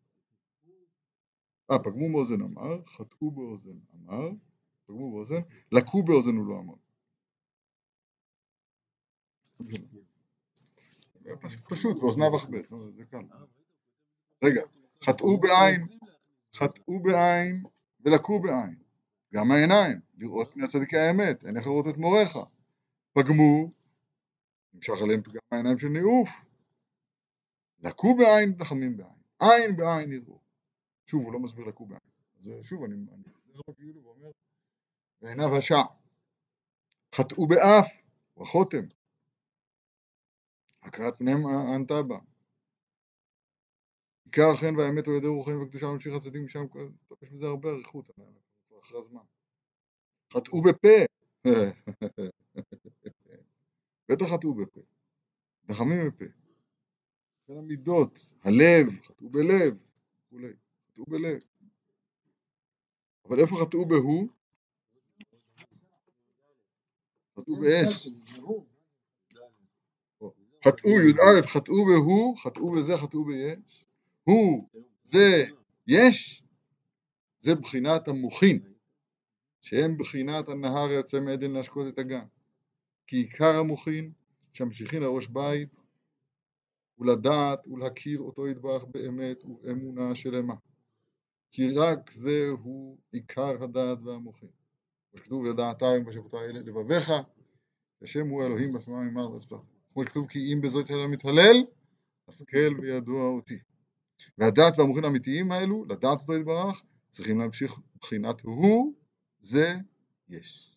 אה, פגמו באוזן אמר, חטאו באוזן אמר, פגמו באוזן, לקו באוזן הוא לא אמר. פשוט, ואוזניו אכבד, זה קל. רגע, חטאו בעין, חטאו בעין ולקו בעין. גם העיניים, לראות פני הצדיקי האמת, אין איך לראות את מורך. פגמו, נמשך עליהם גם העיניים של ניאוף. לקו בעין, נחמים בעין. עין בעין יראו. שוב, הוא לא מסביר לקו בעין. אז שוב, אני מסביר לו כאילו ואומר, בעיניו השע. חטאו באף, וחותם. הכרת פניהם ענתה בה. עיקר החן והאמת הוא לידי רוחים וקדושה ומשיך הצדיקים משם, יש בזה הרבה עריכות, אחרי הזמן. חטאו בפה. בטח חטאו בפה. נחמים בפה. של המידות, הלב, חטאו בלב, וכולי. חטאו בלב. אבל איפה חטאו בהו? חטאו באש. חטאו י"א, חטאו בהו, חטאו בזה, חטאו ביש. הוא, זה, יש. זה בחינת המוחין. שהם בחינת הנהר יוצא מעדן להשקות את הגן. כי עיקר המוחין, שהמשיכין לראש בית, ולדעת ולהכיר אותו יתברך באמת ובאמונה שלמה. כי רק זה הוא עיקר הדעת והמוחין. וכתוב ידעתיים ושפטה אלה לבביך, השם הוא אלוהים בשמיים ממעל ועד תחתית. כמו שכתוב כי אם בזאת אלה מתהלל, השכל וידוע אותי. והדעת והמוחין האמיתיים האלו, לדעת אותו יתברך, צריכים להמשיך מבחינת הוא, זה יש.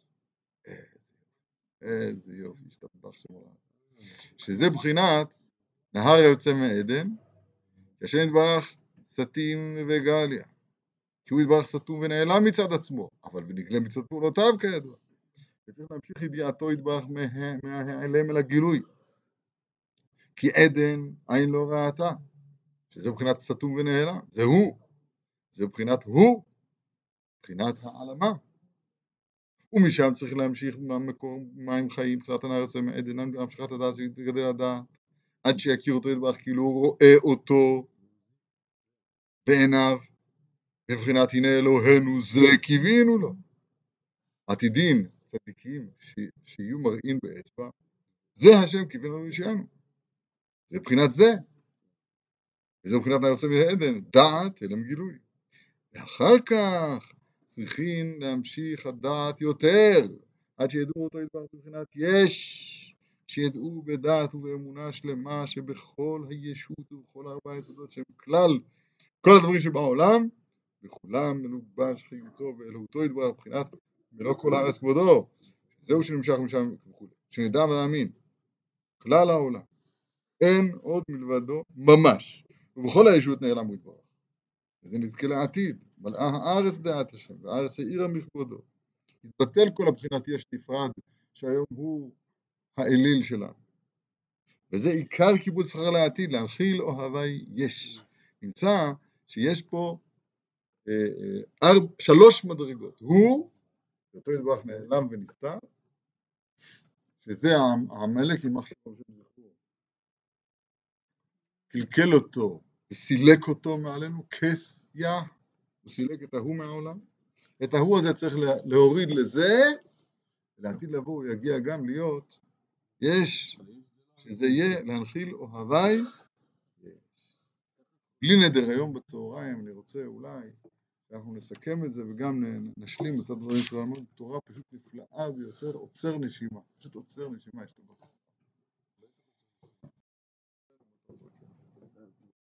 איזה יופי, השתבח שמו. שזה בחינת נהר היוצא מעדן, השם יתברך סתים וגליה. כי הוא יתברך סתום ונעלם מצד עצמו, אבל ונגלה מצד פעולותיו כידוע. וצריך להמשיך ידיעתו יתברך מההיעלם אל הגילוי. כי עדן עין לא ראתה, שזה בחינת סתום ונעלם, זה הוא. זה בחינת הוא, בחינת העלמה. ומשם צריך להמשיך מהמקור מים חיים, תחילת הנהר יוצא מעדן, המשכת הדעת שתגדל הדעת, עד שיכיר אותו יתברך כאילו הוא רואה אותו בעיניו, בבחינת הנה אלוהינו זה קיווינו לו. עתידים צדיקים ש... שיהיו מראים באצבע, זה השם קיווינו לו לשענו. זה בחינת זה. וזה בחינת היוצא מעדן, דעת אלם גילוי. ואחר כך צריכים להמשיך הדעת יותר, עד שידעו אותו יתברך בבחינת יש, שידעו בדעת ובאמונה שלמה שבכל הישות ובכל ארבע היסודות שהם כלל, כל הדברים שבעולם, וכולם מלובש חיותו ואלוהותו יתברך בבחינת מלוא כל הארץ כבודו. זהו שנמשך משם וכו'. שנדע ונאמין. כלל העולם. אין עוד מלבדו ממש, ובכל הישות נעלם הוא יתברך. וזה נזכה לעתיד, מלאה הארץ דעת השם, והארץ העירה מכבודו. התבטל כל הבחינת יש נפרד, שהיום הוא האליל שלנו. וזה עיקר קיבול שכר לעתיד, להנחיל אוהבי יש. נמצא שיש פה אה, אה, ארבע, שלוש מדרגות. הוא, אותו יתברך נעלם ונסתר, שזה המלך עם עכשיו של זכור. קלקל אותו וסילק אותו מעלינו, כס יה, הוא סילק את ההוא מהעולם. את ההוא הזה צריך להוריד לזה, לעתיד לבוא הוא יגיע גם להיות, יש, שזה יהיה להנחיל אוהבי, בלי נדר היום בצהריים, אני רוצה אולי, אנחנו נסכם את זה וגם נשלים את הדברים שלנו, תורה פשוט נפלאה ביותר, עוצר נשימה, פשוט עוצר נשימה, יש